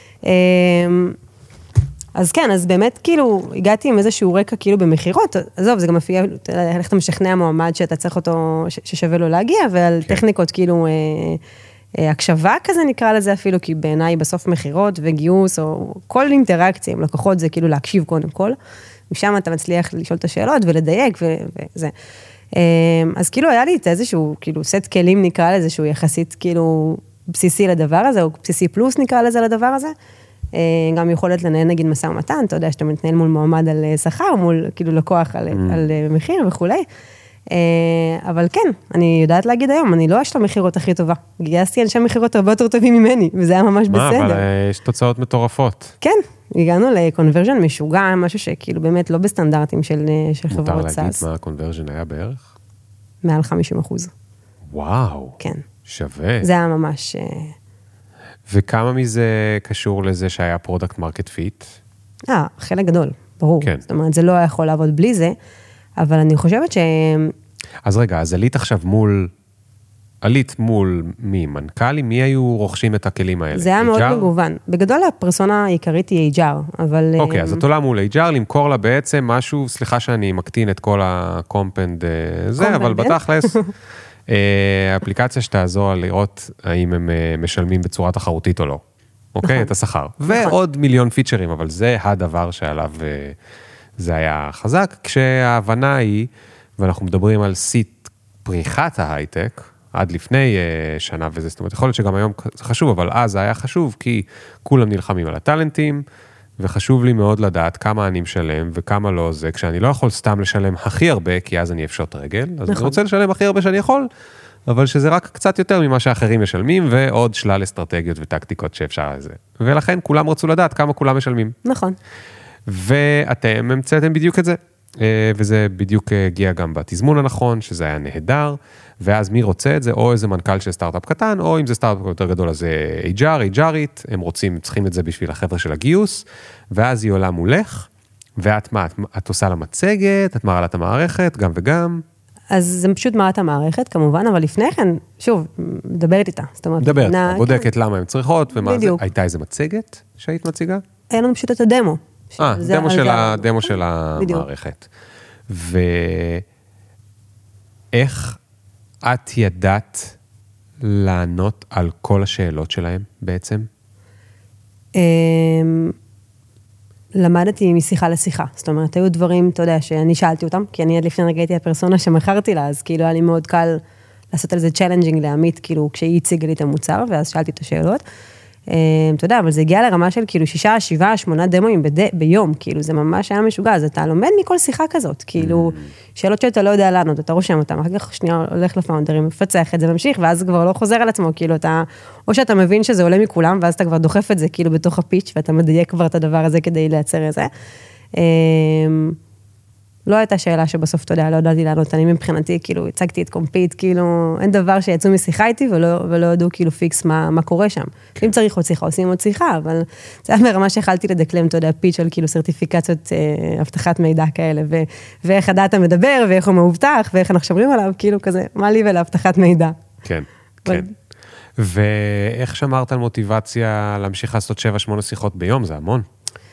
אז כן, אז באמת כאילו, הגעתי עם איזשהו רקע כאילו במחירות, עזוב, זה גם מפיע, איך אתה משכנע מועמד שאתה צריך אותו, ששווה לו להגיע, ועל טכניקות כאילו, הקשבה כזה נקרא לזה אפילו, כי בעיניי בסוף מחירות וגיוס, או כל אינטראקציה עם לקוחות, זה כאילו להקשיב קודם כל, משם אתה מצליח לשאול את השאלות ולדייק וזה. אז כאילו היה לי את איזשהו, כאילו, סט כלים נקרא לזה, שהוא יחסית כאילו בסיסי לדבר הזה, או בסיסי פלוס נקרא לזה לדבר הזה, גם יכולת לנהל נגיד משא ומתן, אתה יודע שאתה מתנהל מול מועמד על שכר, מול כאילו לקוח על מחיר וכולי, אבל כן, אני יודעת להגיד היום, אני לא אשת המחירות הכי טובה, גייסתי אנשי מחירות הרבה יותר טובים ממני, וזה היה ממש בסדר. מה, אבל יש תוצאות מטורפות. כן, הגענו לקונברז'ן משוגע, משהו שכאילו באמת לא בסטנדרטים של חברות סאס. מותר להגיד מה הקונברז'ן היה בערך? מעל 50%. וואו. כן. שווה. זה היה ממש... וכמה מזה קשור לזה שהיה פרודקט מרקט פיט? חלק גדול, ברור. כן. זאת אומרת, זה לא היה יכול לעבוד בלי זה, אבל אני חושבת ש... אז רגע, אז עלית מול מי? מנכ"לים? מי היו רוכשים את הכלים האלה? זה היה מאוד מגוון. בגדול הפרסונה העיקרית היא HR, אבל... אוקיי, אז את עולה מול HR, למכור לה בעצם משהו, סליחה שאני מקטין את כל הקומפנד זה, אבל בתכלס, אפליקציה שתעזור לראות האם הם משלמים בצורה תחרותית או לא. אוקיי? את השכר. ועוד מיליון פיצ'רים, אבל זה הדבר שעליו זה היה חזק, כשההבנה היא, ואנחנו מדברים על סיט פריחת ההייטק, עד לפני שנה וזה, זאת אומרת, יכול להיות שגם היום זה חשוב, אבל אז זה היה חשוב, כי כולם נלחמים על הטלנטים, וחשוב לי מאוד לדעת כמה אני משלם וכמה לא זה, כשאני לא יכול סתם לשלם הכי הרבה, כי אז אני אפשוט רגל, אז אני רוצה לשלם הכי הרבה שאני יכול, אבל שזה רק קצת יותר ממה שאחרים משלמים, ועוד שלל אסטרטגיות וטקטיקות שאפשר לזה. ולכן כולם רצו לדעת כמה כולם משלמים. נכון. ואתם המצאתם בדיוק את זה, וזה בדיוק הגיע גם בתזמון הנכון, שזה היה נהדר, ואז מי רוצה את זה, או איזה מנכ"ל של סטארט-אפ קטן, או אם זה סטארט-אפ יותר גדול, אז זה HRית, הם צריכים את זה בשביל החבר'ה של הגיוס, ואז היא עולה מולך, ואת מה, את עושה לה מצגת, את מראה לה את המערכת, גם וגם. אז זה פשוט מראה את המערכת, כמובן, אבל לפני כן, שוב, מדברת איתה. מדברת, בודקת למה הן צריכות, ומה זה, הייתה איזה מצגת שהיית מציגה? היה לנו פשוט את הדמו. דמו של המערכת. ואיך את ידעת לענות על כל השאלות שלהם בעצם? למדתי משיחה לשיחה. זאת אומרת, היו דברים, אתה יודע, שאני שאלתי אותם, כי אני עד לפני רגע הייתי הפרסונה שמכרתי לה, אז כאילו היה לי מאוד קל לעשות על זה צ'לנג'ינג לעמית, כאילו כשהיא הציגה לי את המוצר, ואז שאלתי את השאלות. אתה יודע, אבל זה הגיע לרמה של כאילו 6, 7, 8 דמוים ביום, כאילו זה ממש היה משוגע, אז אתה לומד מכל שיחה כזאת, כאילו שאלות שאתה לא יודע לענות, אתה רושם אותם, אחר כך שנייה הולך לפאונדרים, מפצח את זה, ממשיך, ואז זה כבר לא חוזר על עצמו, כאילו אתה, או שאתה מבין שזה עולה מכולם, ואז אתה כבר דוחף את זה כאילו בתוך הפיץ', ואתה מדייק כבר את הדבר הזה כדי לייצר את זה. לא הייתה שאלה שבסוף, אתה יודע, לא ידעתי לענות, אני מבחינתי, כאילו, הצגתי את קומפיט, כאילו, אין דבר שיצאו משיחה איתי, ולא ידעו כאילו פיקס מה קורה שם. אם צריך עוד שיחה, עושים עוד שיחה, אבל זה היה ברמה שהחלתי לדקלם, אתה יודע, פיץ' על כאילו סרטיפיקציות, הבטחת מידע כאלה, ואיך הדאטה מדבר, ואיך הוא מאובטח, ואיך אנחנו שומרים עליו, כאילו כזה, מה לי ולהבטחת מידע. כן, כן. ואיך שמרת על מוטיבציה להמשיך לעשות 7-8 שיחות ביום? זה המון.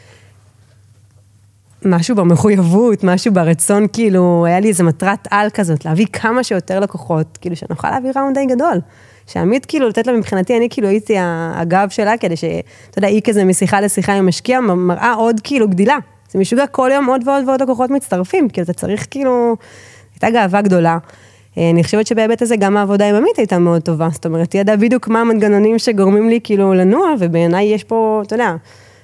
משהו במחויבות, משהו ברצון, כאילו, היה לי איזו מטרת על כזאת, להביא כמה שיותר לקוחות, כאילו, שנוכל להביא ראונד די גדול. שעמית, כאילו, לתת לה מבחינתי, אני כאילו הייתי הגב שלה, כדי שאתה יודע, היא כזה משיחה לשיחה עם משקיע, מראה עוד כאילו גדילה. זה משוגע כל יום עוד ועוד ועוד לקוחות מצטרפים, כאילו, אתה צריך כאילו, הייתה גאווה גדולה. אני חושבת שבהיבט הזה גם העבודה עם עמית הייתה מאוד טובה, זאת אומרת, היא ידעה בדיוק מה המנגנונים שגורמים לי כאילו לנוע, ובעיניי יש פה, אתה יודע,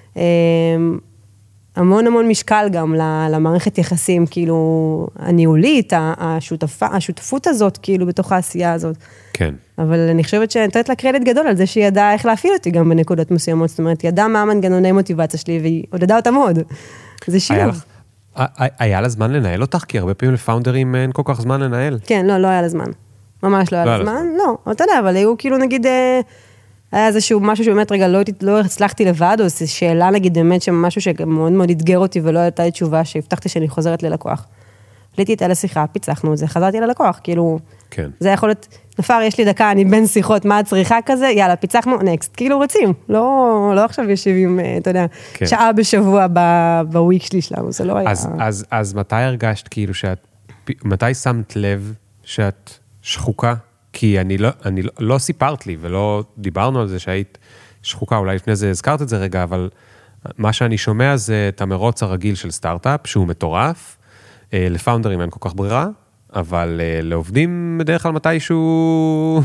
המון משקל גם למערכת יחסים, כאילו, הניהולית, השותפות הזאת, כאילו, בתוך העשייה הזאת. כן. אבל אני חושבת שנתת לה קרדיט גדול על זה שהיא ידעה איך להפעיל אותי גם בנקודות מסוימות, זאת אומרת, היא ידעה מה המנגנוני מוטיבציה שלי, והיא עודדה אותה מאוד. זה שילוב. היה לה זמן לנהל אותך? כי הרבה פעמים לפאונדרים אין כל כך זמן לנהל. כן, לא היה לה זמן. ממש לא היה לה זמן. לא, אתה יודע, אבל היו כאילו נגיד, היה איזשהו משהו שבאמת רגע לא הצלחתי לבד, או זו שאלה נגיד באמת שמשהו שמאוד מאוד התגר אותי ולא הייתה לי תשובה שהבטחתי שאני חוזרת ללקוח. עליתי איתה לשיחה, פיצחנו את זה, חזרתי ללקוח, כאילו, כן. זה יכול להיות, נפר, יש לי דקה, אני בין שיחות, מה הצריכה כזה, יאללה, פיצחנו, נקסט, כאילו רוצים, לא עכשיו ישיבים, אתה יודע, כן. שעה בשבוע בוויק שלי שלנו, זה לא היה. אז מתי הרגשת כאילו מתי שמת לב שאת שחוקה? כי אני לא סיפרת לי, ולא דיברנו על זה שהיית שחוקה, אולי לפני זה הזכרת את זה רגע, אבל מה שאני שומע זה את המרוץ הרגיל של סטארט-אפ, שהוא מטורף, לפאונדרים אין כל כך ברירה, אבל לעובדים בדרך כלל מתישהו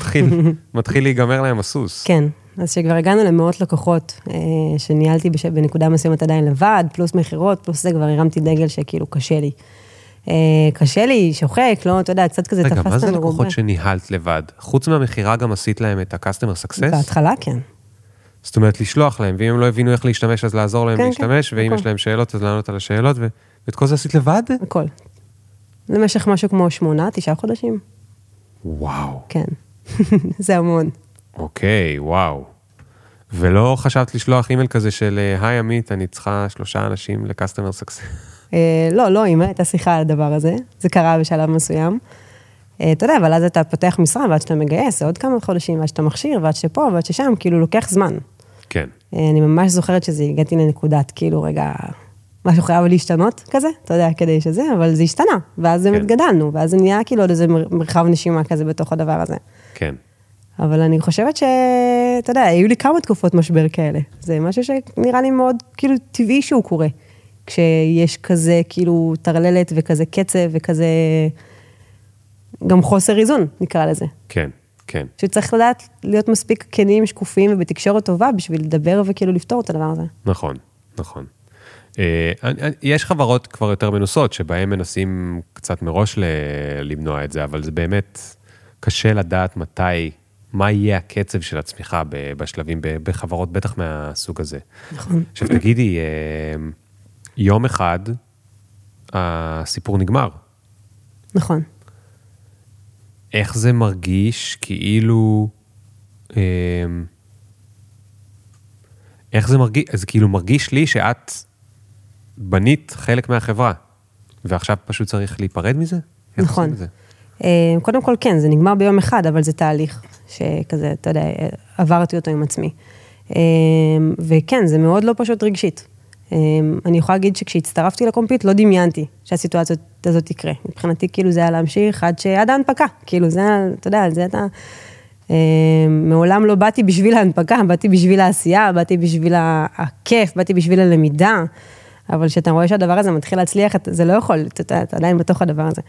מתחיל להיגמר להם הסוס. כן, אז שכבר הגענו למאות לקוחות, שניהלתי בנקודה מסוימת עדיין לבד, פלוס מחירות, פלוס זה כבר הרמתי דגל שכאילו קשה לי. קשה לי, שוחק, לא, אתה יודע, קצת כזה תפסת מרובה. רגע, מה זה לקוחות שניהלת לבד? חוץ מהמחירה גם עשית להם את ה-customer success? בהתחלה, כן. זאת אומרת, לשלוח להם, ואם הם לא הבינו איך להשתמש, אז לעזור להם להשתמש, ואם יש להם שאלות, אז לענות על השאלות, ואת כל זה עשית לבד? הכל. למשך משהו כמו 8-9 חודשים. וואו. כן, זה המון. אוקיי, וואו. ולא חשבת לשלוח אימייל כזה של, היי עמית, אני צריכה 3 אנשים ל-customer success? לא, אימא, הייתה שיחה על הדבר הזה, זה קרה בשלב מסוים. אתה יודע, אבל אז אתה פותח משרה, ועד שאתה מגייס, זה עוד כמה חודשים, ועד שאתה מכשיר, ועד שפה, ועד ששם, כאילו לוקח זמן. כן. אני ממש זוכרת שזה, הגעתי לנקודת, כאילו רגע, משהו חייב להשתנות כזה, אתה יודע, כדי שזה, אבל זה השתנה, ואז זה מתגדלנו, ואז זה נהיה כאילו עוד איזה מרחב נשימה כזה בתוך הדבר הזה. כן. אבל אני חושבת אתה יודע, היו לי כמה תקופות משבר כאלה. זה משהו שנראה לי מאוד, כאילו, טבעי שהוא קורה. כשיש כזה, כאילו, תרללת וכזה קצב וכזה, גם חוסר איזון, נקרא לזה. כן, כן. שצריך לדעת להיות מספיק כנים, שקופים ובתקשורת טובה, בשביל לדבר וכאילו לפתור את הדבר הזה. נכון, נכון. יש חברות כבר יותר מנוסות, שבהן מנסים קצת מראש למנוע את זה, אבל זה באמת קשה לדעת מה יהיה הקצב של הצמיחה בשלבים, בחברות בטח מהסוג הזה. נכון. עכשיו תגידי, יום אחד הסיפור נגמר. נכון. איך זה מרגיש כאילו, איך זה מרגיש, זה כאילו מרגיש לי שאת בנית חלק מהחברה, ועכשיו פשוט צריך להיפרד מזה? נכון. קודם כל כן, זה נגמר ביום אחד, אבל זה תהליך שכזה, אתה יודע, עברתי אותו עם עצמי. וכן, זה מאוד לא פשוט רגשית. אני יכולה להגיד שכשהצטרפתי לקומפיט, לא דמיינתי שהסיטואציה הזאת תקרה. מבחינתי, כאילו, זה היה להמשיך עד ההנפקה. כאילו, זה, אתה יודע, זה אתה... מעולם לא באתי בשביל ההנפקה, באתי בשביל העשייה, באתי בשביל הכיף, באתי בשביל הלמידה, אבל כשאתה רואה שהדבר הזה מתחיל להצליח, זה לא יכול, אתה עדיין בתוך הדבר הזה.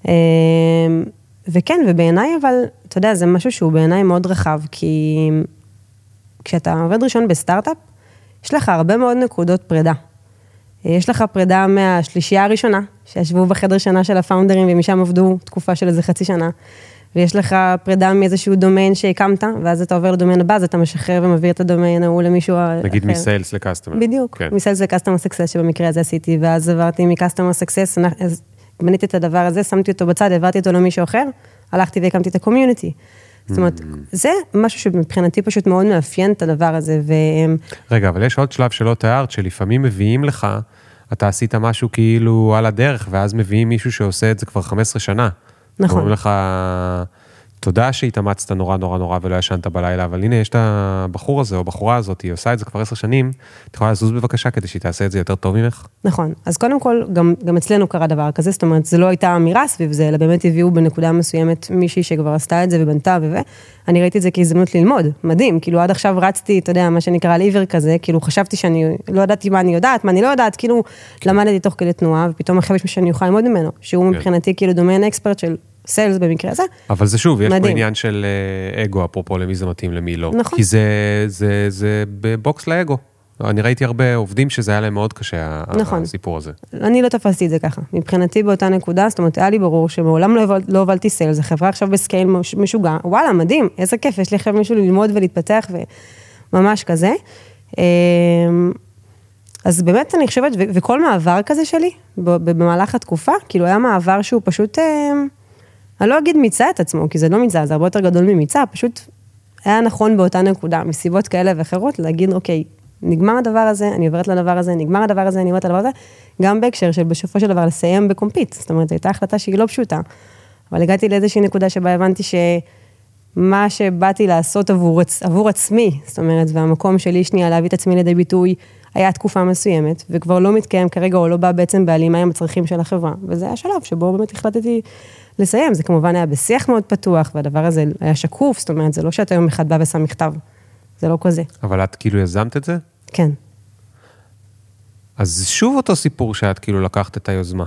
וכן, ובעיניי, אבל, אתה יודע, זה משהו שהוא בעיניי מאוד רחב, כי כשאתה עובד ראשון בסטארט-אפ, יש לך הרבה מאוד נקודות פרידה. יש לך פרידה מהשלישייה הראשונה, שישבו בחדר שנה של הפאונדרים, ומשם עבדו תקופה של איזה חצי שנה, ויש לך פרידה מאיזשהו דומיין שהקמת, ואז אתה עובר לדומיין הבא, אז אתה משחרר ומעביר את הדומיין ההוא למישהו אחר. נגיד מסיילס לקסטומר. בדיוק, מסיילס לקסטומר סקסס, שבמקרה הזה עשיתי, ואז עברתי מקסטומר סקסס, אז בניתי את הדבר הזה, שמתי אותו בצד, העברתי אותו למישהו אחר, הלכתי והקמתי את הקומיוניטי. זאת אומרת, זה משהו שמבחינתי פשוט מאוד מאפיין את הדבר הזה, רגע, אבל יש עוד שלב שלא תיארת, שלפעמים מביאים לך, אתה עשית משהו כאילו על הדרך, ואז מביאים מישהו שעושה את זה כבר 15 שנה. נכון. אומרים לך, תודה שהתאמצת נורא נורא נורא ולא ישנת בלילה, אבל הנה יש את הבחור הזה או בחורה הזאת, היא עושה את זה כבר 10 שנים, את יכולה לזוז בבקשה כדי שהיא תעשה את זה יותר טוב ממך? נכון. אז קודם כל, גם אצלנו קרה דבר כזה, זאת אומרת, זה לא הייתה אמירה סביב זה, אלא באמת הביאו בנקודה מסוימת מישהי שכבר עשתה את זה ובנתה אני ראיתי את זה כהזדמנות ללמוד, מדהים, כאילו עד עכשיו רצתי, אתה יודע, מה שנקרא על עיוור כזה, כאילו חשבתי שאני לא ידעתי מה אני יודעת, מה אני לא יודעת, כאילו למדתי תוך כדי תנועה, ופתאום אחרי מישהו שאני אוכל ללמוד ממנו, שהוא מבחינתי כאילו דומיין אקספרט של סיילס במקרה הזה. אבל זה שוב, יש פה עניין של אגו, אפרופו למי זה מתאים, למי לא. נכון. כי זה בבוקס לאגו. אני ראיתי הרבה עובדים שזה היה להם מאוד קשה, הסיפור הזה. אני לא תפסתי את זה ככה. מבחינתי באותה נקודה, זאת אומרת, היה לי ברור שמעולם לא הובלתי סיילס, החברה עכשיו בסקייל משוגע, וואלה, מדהים, איזה כיף, יש לי עכשיו מישהו ללמוד ולהתפתח וממש כזה. אז באמת אני חושבת, וכל מעבר כזה שלי, במהלך התקופה, כאילו היה מעבר שהוא פשוט, אני לא אגיד מיצה את עצמו, כי זה לא מיצה, זה הרבה יותר גדול ממיצה, פשוט היה נכון באותה נקודה, מסיבות כאלה ואחרות, להגיד, אוקיי, נגמר הדבר הזה, אני עוברת לדבר הזה, נגמר הדבר הזה, אני עוברת לדבר הזה, גם בהקשר של בסופו של דבר לסיים בקומפיט, זאת אומרת, הייתה החלטה שהיא לא פשוטה, אבל הגעתי לאיזושהי נקודה שבה הבנתי שמה שבאתי לעשות עבור עצמי, זאת אומרת, והמקום שלי שנייה להביא את עצמי לידי ביטוי, היה תקופה מסוימת, וכבר לא מתקיים כרגע, או לא בא בעצם בהלימה עם הצרכים של החברה, וזה היה שלב שבו באמת החלטתי לסיים, זה כמובן היה בשיח מאוד פתוח, והדבר הזה היה שקוף, זאת אומרת, זה לא שאתה יום אחד בא ושם מכתב, זה לא כזה. אבל את כאילו יזמת את זה? כן. אז שוב אותו סיפור שאת כאילו לקחת את היוזמה.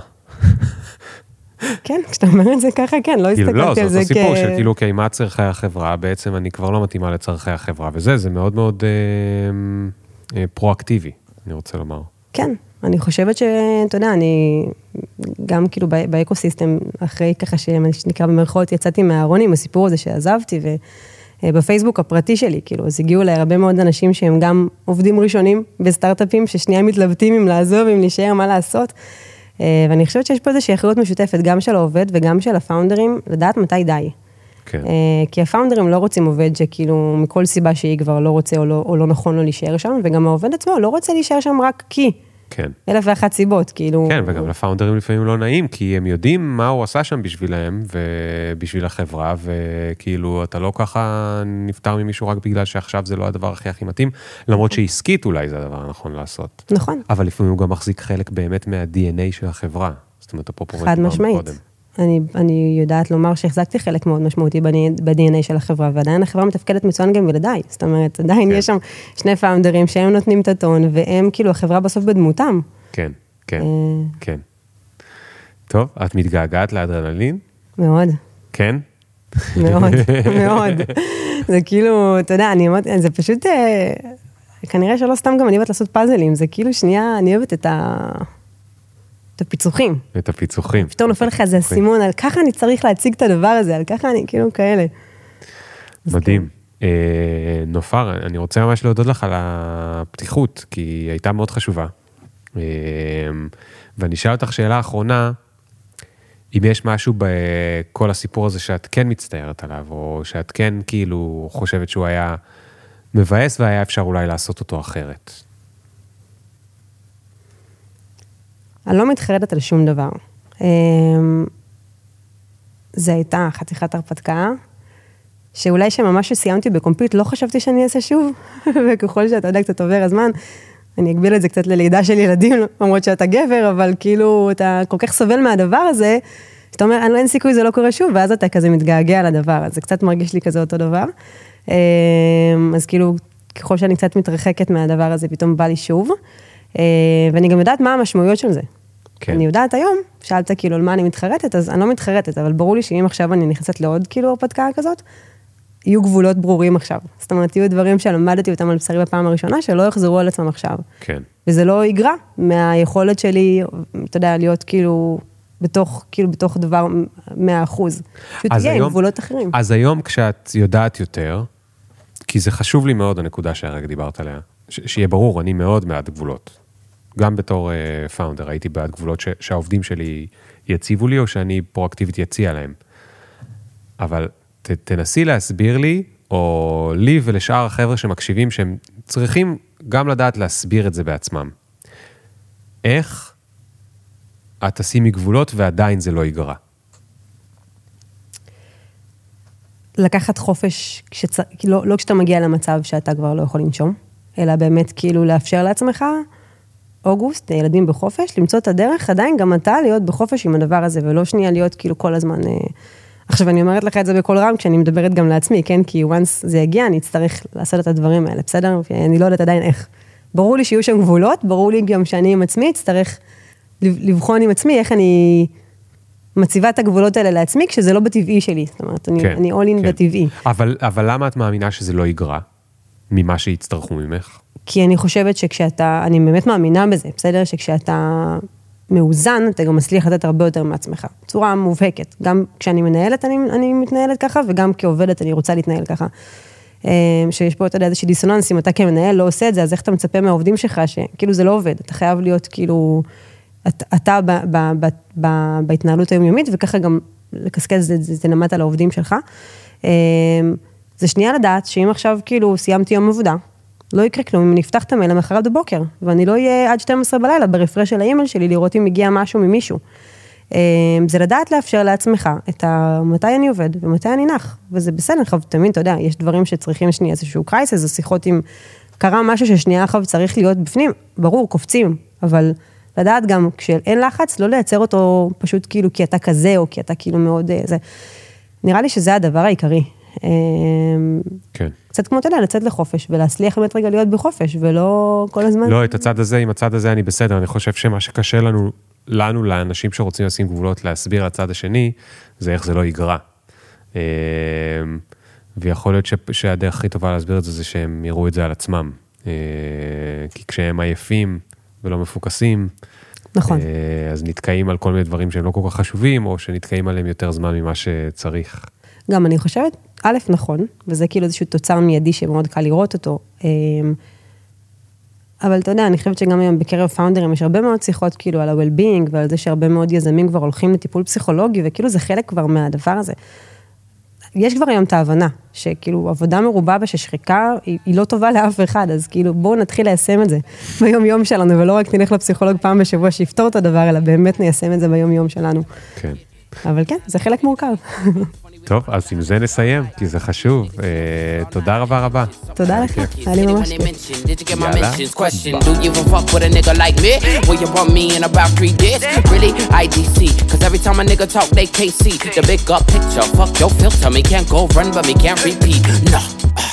כן, כשאתה אומר את זה ככה, כן, לא הסתכלתי על זה זה אותו סיפור של כאילו, אוקיי, מה צרכי החברה, בעצם אני כבר לא מתאימה לצרכי החברה, וזה מאוד מאוד פרואקטיבי, אני רוצה לומר. כן, אני חושבת שאתה יודע, אני גם כאילו באקוסיסטם, אחרי ככה שנקרא במרכאות, יצאתי מהארון עם הסיפור הזה שעזבתי, ובפייסבוק הפרטי שלי, כאילו, אז הגיעו אליי הרבה מאוד אנשים שהם גם עובדים ראשונים בסטארט-אפים, ששנייה מתלבטים אם לעזוב, אם להישאר, מה לעשות, ואני חושבת שיש פה איזושהי אחריות משותפת, גם של העובד וגם של הפאונדרים, לדעת מתי די. כן. כי הפאונדרים לא רוצים עובד שכאילו מכל סיבה שהיא כבר לא רוצה או לא נכון לו להישאר שם, וגם העובד עצמו לא רוצה להישאר שם רק כי. כן. 1,001 סיבות, כאילו. כן, וגם לפאונדרים לפעמים לא נעים, כי הם יודעים מה הוא עשה שם בשבילהם, ובשביל החברה, וכאילו אתה לא ככה נפטר ממישהו רק בגלל שעכשיו זה לא הדבר הכי מתאים, למרות שעסקית אולי זה הדבר הנכון לעשות. נכון. אבל לפעמים הוא גם מחזיק חלק באמת מה-DNA של החברה. זאת אומרת, חד משמעית. אני יודעת לומר שהחזקתי חלק מאוד משמעותי ב-DNA של החברה, ועדיין החברה מתפקדת מצוין גם בלעדיי. זאת אומרת, עדיין יש שם שני פאונדרים שהם נותנים את הטון, והם כאילו החברה בסוף בדמותם. כן, כן, כן. טוב, את מתגעגעת לאדרנלין? מאוד. כן? מאוד, מאוד. זה כאילו, אתה יודע, זה פשוט, כנראה שלא סתם גם אני אוהבת לעשות פאזלים, זה כאילו שנייה, אני אוהבת את הפיצוחים. את הפיצוחים. פתאום נופל לך איזה סימון, על ככה אני צריך להציג את הדבר הזה, על ככה אני כאילו כאלה. מדהים. נופר, אני רוצה ממש להודות לך על הפתיחות, כי היא הייתה מאוד חשובה. ואני אשאל אותך שאלה האחרונה, אם יש משהו בכל הסיפור הזה שאת כן מצטערת עליו, או שאת כן כאילו חושבת שהוא היה מבאס, והיה אפשר אולי לעשות אותו אחרת. אני לא מתחרדת על שום דבר. זה הייתה חתיכת הרפתקה, שאולי שממש שסיימתי בקומפיט, לא חשבתי שאני אעשה שוב, וככל שאתה יודע קצת עובר הזמן, אני אגביל את זה קצת ללידה של ילדים, למרות שאתה גבר, אבל כאילו אתה כל כך סובל מהדבר הזה, שאתה אומר, אין סיכוי, זה לא קורה שוב, ואז אתה כזה מתגעגע לדבר, אז זה קצת מרגיש לי כזה אותו דבר. אז כאילו, ככל שאני קצת מתרחקת מהדבר הזה, פתאום בא לי שוב, ואני גם יודעת מה המשמעויות של זה. כן. אני יודעת היום, שאלת כאילו על מה אני מתחרטת, אז אני לא מתחרטת, אבל ברור לי שאם עכשיו אני נכנסת לעוד כאילו הרפתקה כזאת, יהיו גבולות ברורים עכשיו. זאת אומרת, יהיו דברים שלמדתי אותם על בשרי בפעם הראשונה, שלא יחזרו על עצמם עכשיו. כן. וזה לא יגרע מהיכולת שלי, אתה יודע, להיות כאילו בתוך דבר 100%. פשוט תהיה עם גבולות אחרים. אז היום כשאת יודעת יותר, כי זה חשוב לי מאוד הנקודה שהרגע דיברת עליה, שיהיה ברור, אני מאוד מעד גבולות. גם בתור פאונדר, הייתי בעד גבולות שהעובדים שלי יציבו לי, או שאני פרואקטיבית יציע להם. אבל תנסי להסביר לי, או לי ולשאר החבר'ה שמקשיבים, שהם צריכים גם לדעת להסביר את זה בעצמם. איך את תשימי גבולות ועדיין זה לא ייגרע? לקחת חופש, לא כשאתה מגיע למצב שאתה כבר לא יכול לנשום, אלא באמת כאילו לאפשר לעצמך, אוגוסט, ילדים בחופש, למצוא את הדרך, עדיין גם אתה להיות בחופש עם הדבר הזה, ולא שנייה להיות כאילו כל הזמן... עכשיו אני אומרת לך את זה בכל רם, כשאני מדברת גם לעצמי, כן? כי once זה יגיע, אני אצטרך לעשות את הדברים האלה, בסדר? אני לא יודעת עדיין איך. ברור לי שיהיו שם גבולות, ברור לי גם שאני עם עצמי, אצטרך לבחון עם עצמי איך אני מציבה את הגבולות האלה לעצמי, כשזה לא בטבעי שלי. זאת אומרת, אני all in בטבעי. אבל למה את מאמינה שזה לא ייגרע ממה שיצטרכו ממך? כי אני חושבת שכשאתה, אני באמת מאמינה בזה, בסדר? שכשאתה מאוזן, אתה גם מצליח לתת הרבה יותר מעצמך. בצורה מובהקת. גם כשאני מנהלת, אני מתנהלת ככה, וגם כעובדת אני רוצה להתנהל ככה. שיש פה איזושהי דיסוננס, אם אתה כמנהל לא עושה את זה, אז איך אתה מצפה מהעובדים שלך, שכאילו זה לא עובד. אתה חייב להיות כאילו, אתה בהתנהלות היומיומית, וככה גם לקסקס זה למטה לעובדים שלך. זה שנייה לדעת, שאם עכשיו כאילו סיימתי יום עבודה, לא יקרה כלום, אם נפתח את המייל למחרת בבוקר, ואני לא אהיה עד 12 בלילה ברפרש של האימייל שלי, לראות אם הגיע משהו ממישהו. זה לדעת לאפשר לעצמך את מתי אני עובד ומתי אני נח, וזה בסדר, תמיד, אתה יודע, יש דברים שצריכים שנייה, איזשהו קרייסס, זה שיחות אם קרה משהו ששנייה אחר צריך להיות בפנים, ברור, קופצים, אבל לדעת גם כשאין לחץ, לא לייצר אותו פשוט כאילו כי אתה כזה, או כי אתה כאילו מאוד, זה. נראה לי שזה הדבר העיקרי. כן. קצת כמו אתה יודע, לצאת לחופש, ולהצליח באמת רגע להיות בחופש, ולא כל הזמן... לא, את הצד הזה, עם הצד הזה אני בסדר, אני חושב שמה שקשה לנו, לאנשים שרוצים לשים גבולות, להסביר לצד השני, זה איך זה לא ייגרע. ויכול להיות שהדרך הכי טובה להסביר את זה, זה שהם יראו את זה על עצמם. כי כשהם עייפים ולא מפוקסים, נכון. אז נתקעים על כל מיני דברים שהם לא כל כך חשובים, או שנתקעים עליהם יותר זמן ממה שצריך. גם אני חושבת, א', נכון, וזה כאילו איזשהו תוצר מיידי שמאוד קל לראות אותו, אבל אתה יודע, אני חושבת שגם היום בקרב פאונדרים יש הרבה מאוד שיחות כאילו על ה-well-being, ועל זה שהרבה מאוד יזמים כבר הולכים לטיפול פסיכולוגי, וכאילו זה חלק כבר מהדבר הזה. יש כבר היום את ההבנה, שכאילו עבודה מרובה וששחיקה היא לא טובה לאף אחד, אז כאילו בואו נתחיל ליישם את זה ביום יום שלנו, ולא רק נלך לפסיכולוג פעם בשבוע שיפתור את הדבר, אלא באמת ניישם את זה ביום יום שלנו. כן. אבל כן, זה חלק מורכב. טוב, אז עם זה נסיים, כי זה חשוב. תודה רבה רבה. תודה לך, היה לי ממש טוב. יאללה, Do you even fuck with a nigga like me? Will you run me in about 3 days? Really? IDC. Cause every time a nigga talk, they can't see the big up picture. Fuck your filter, me can't go run, but me can't repeat. No.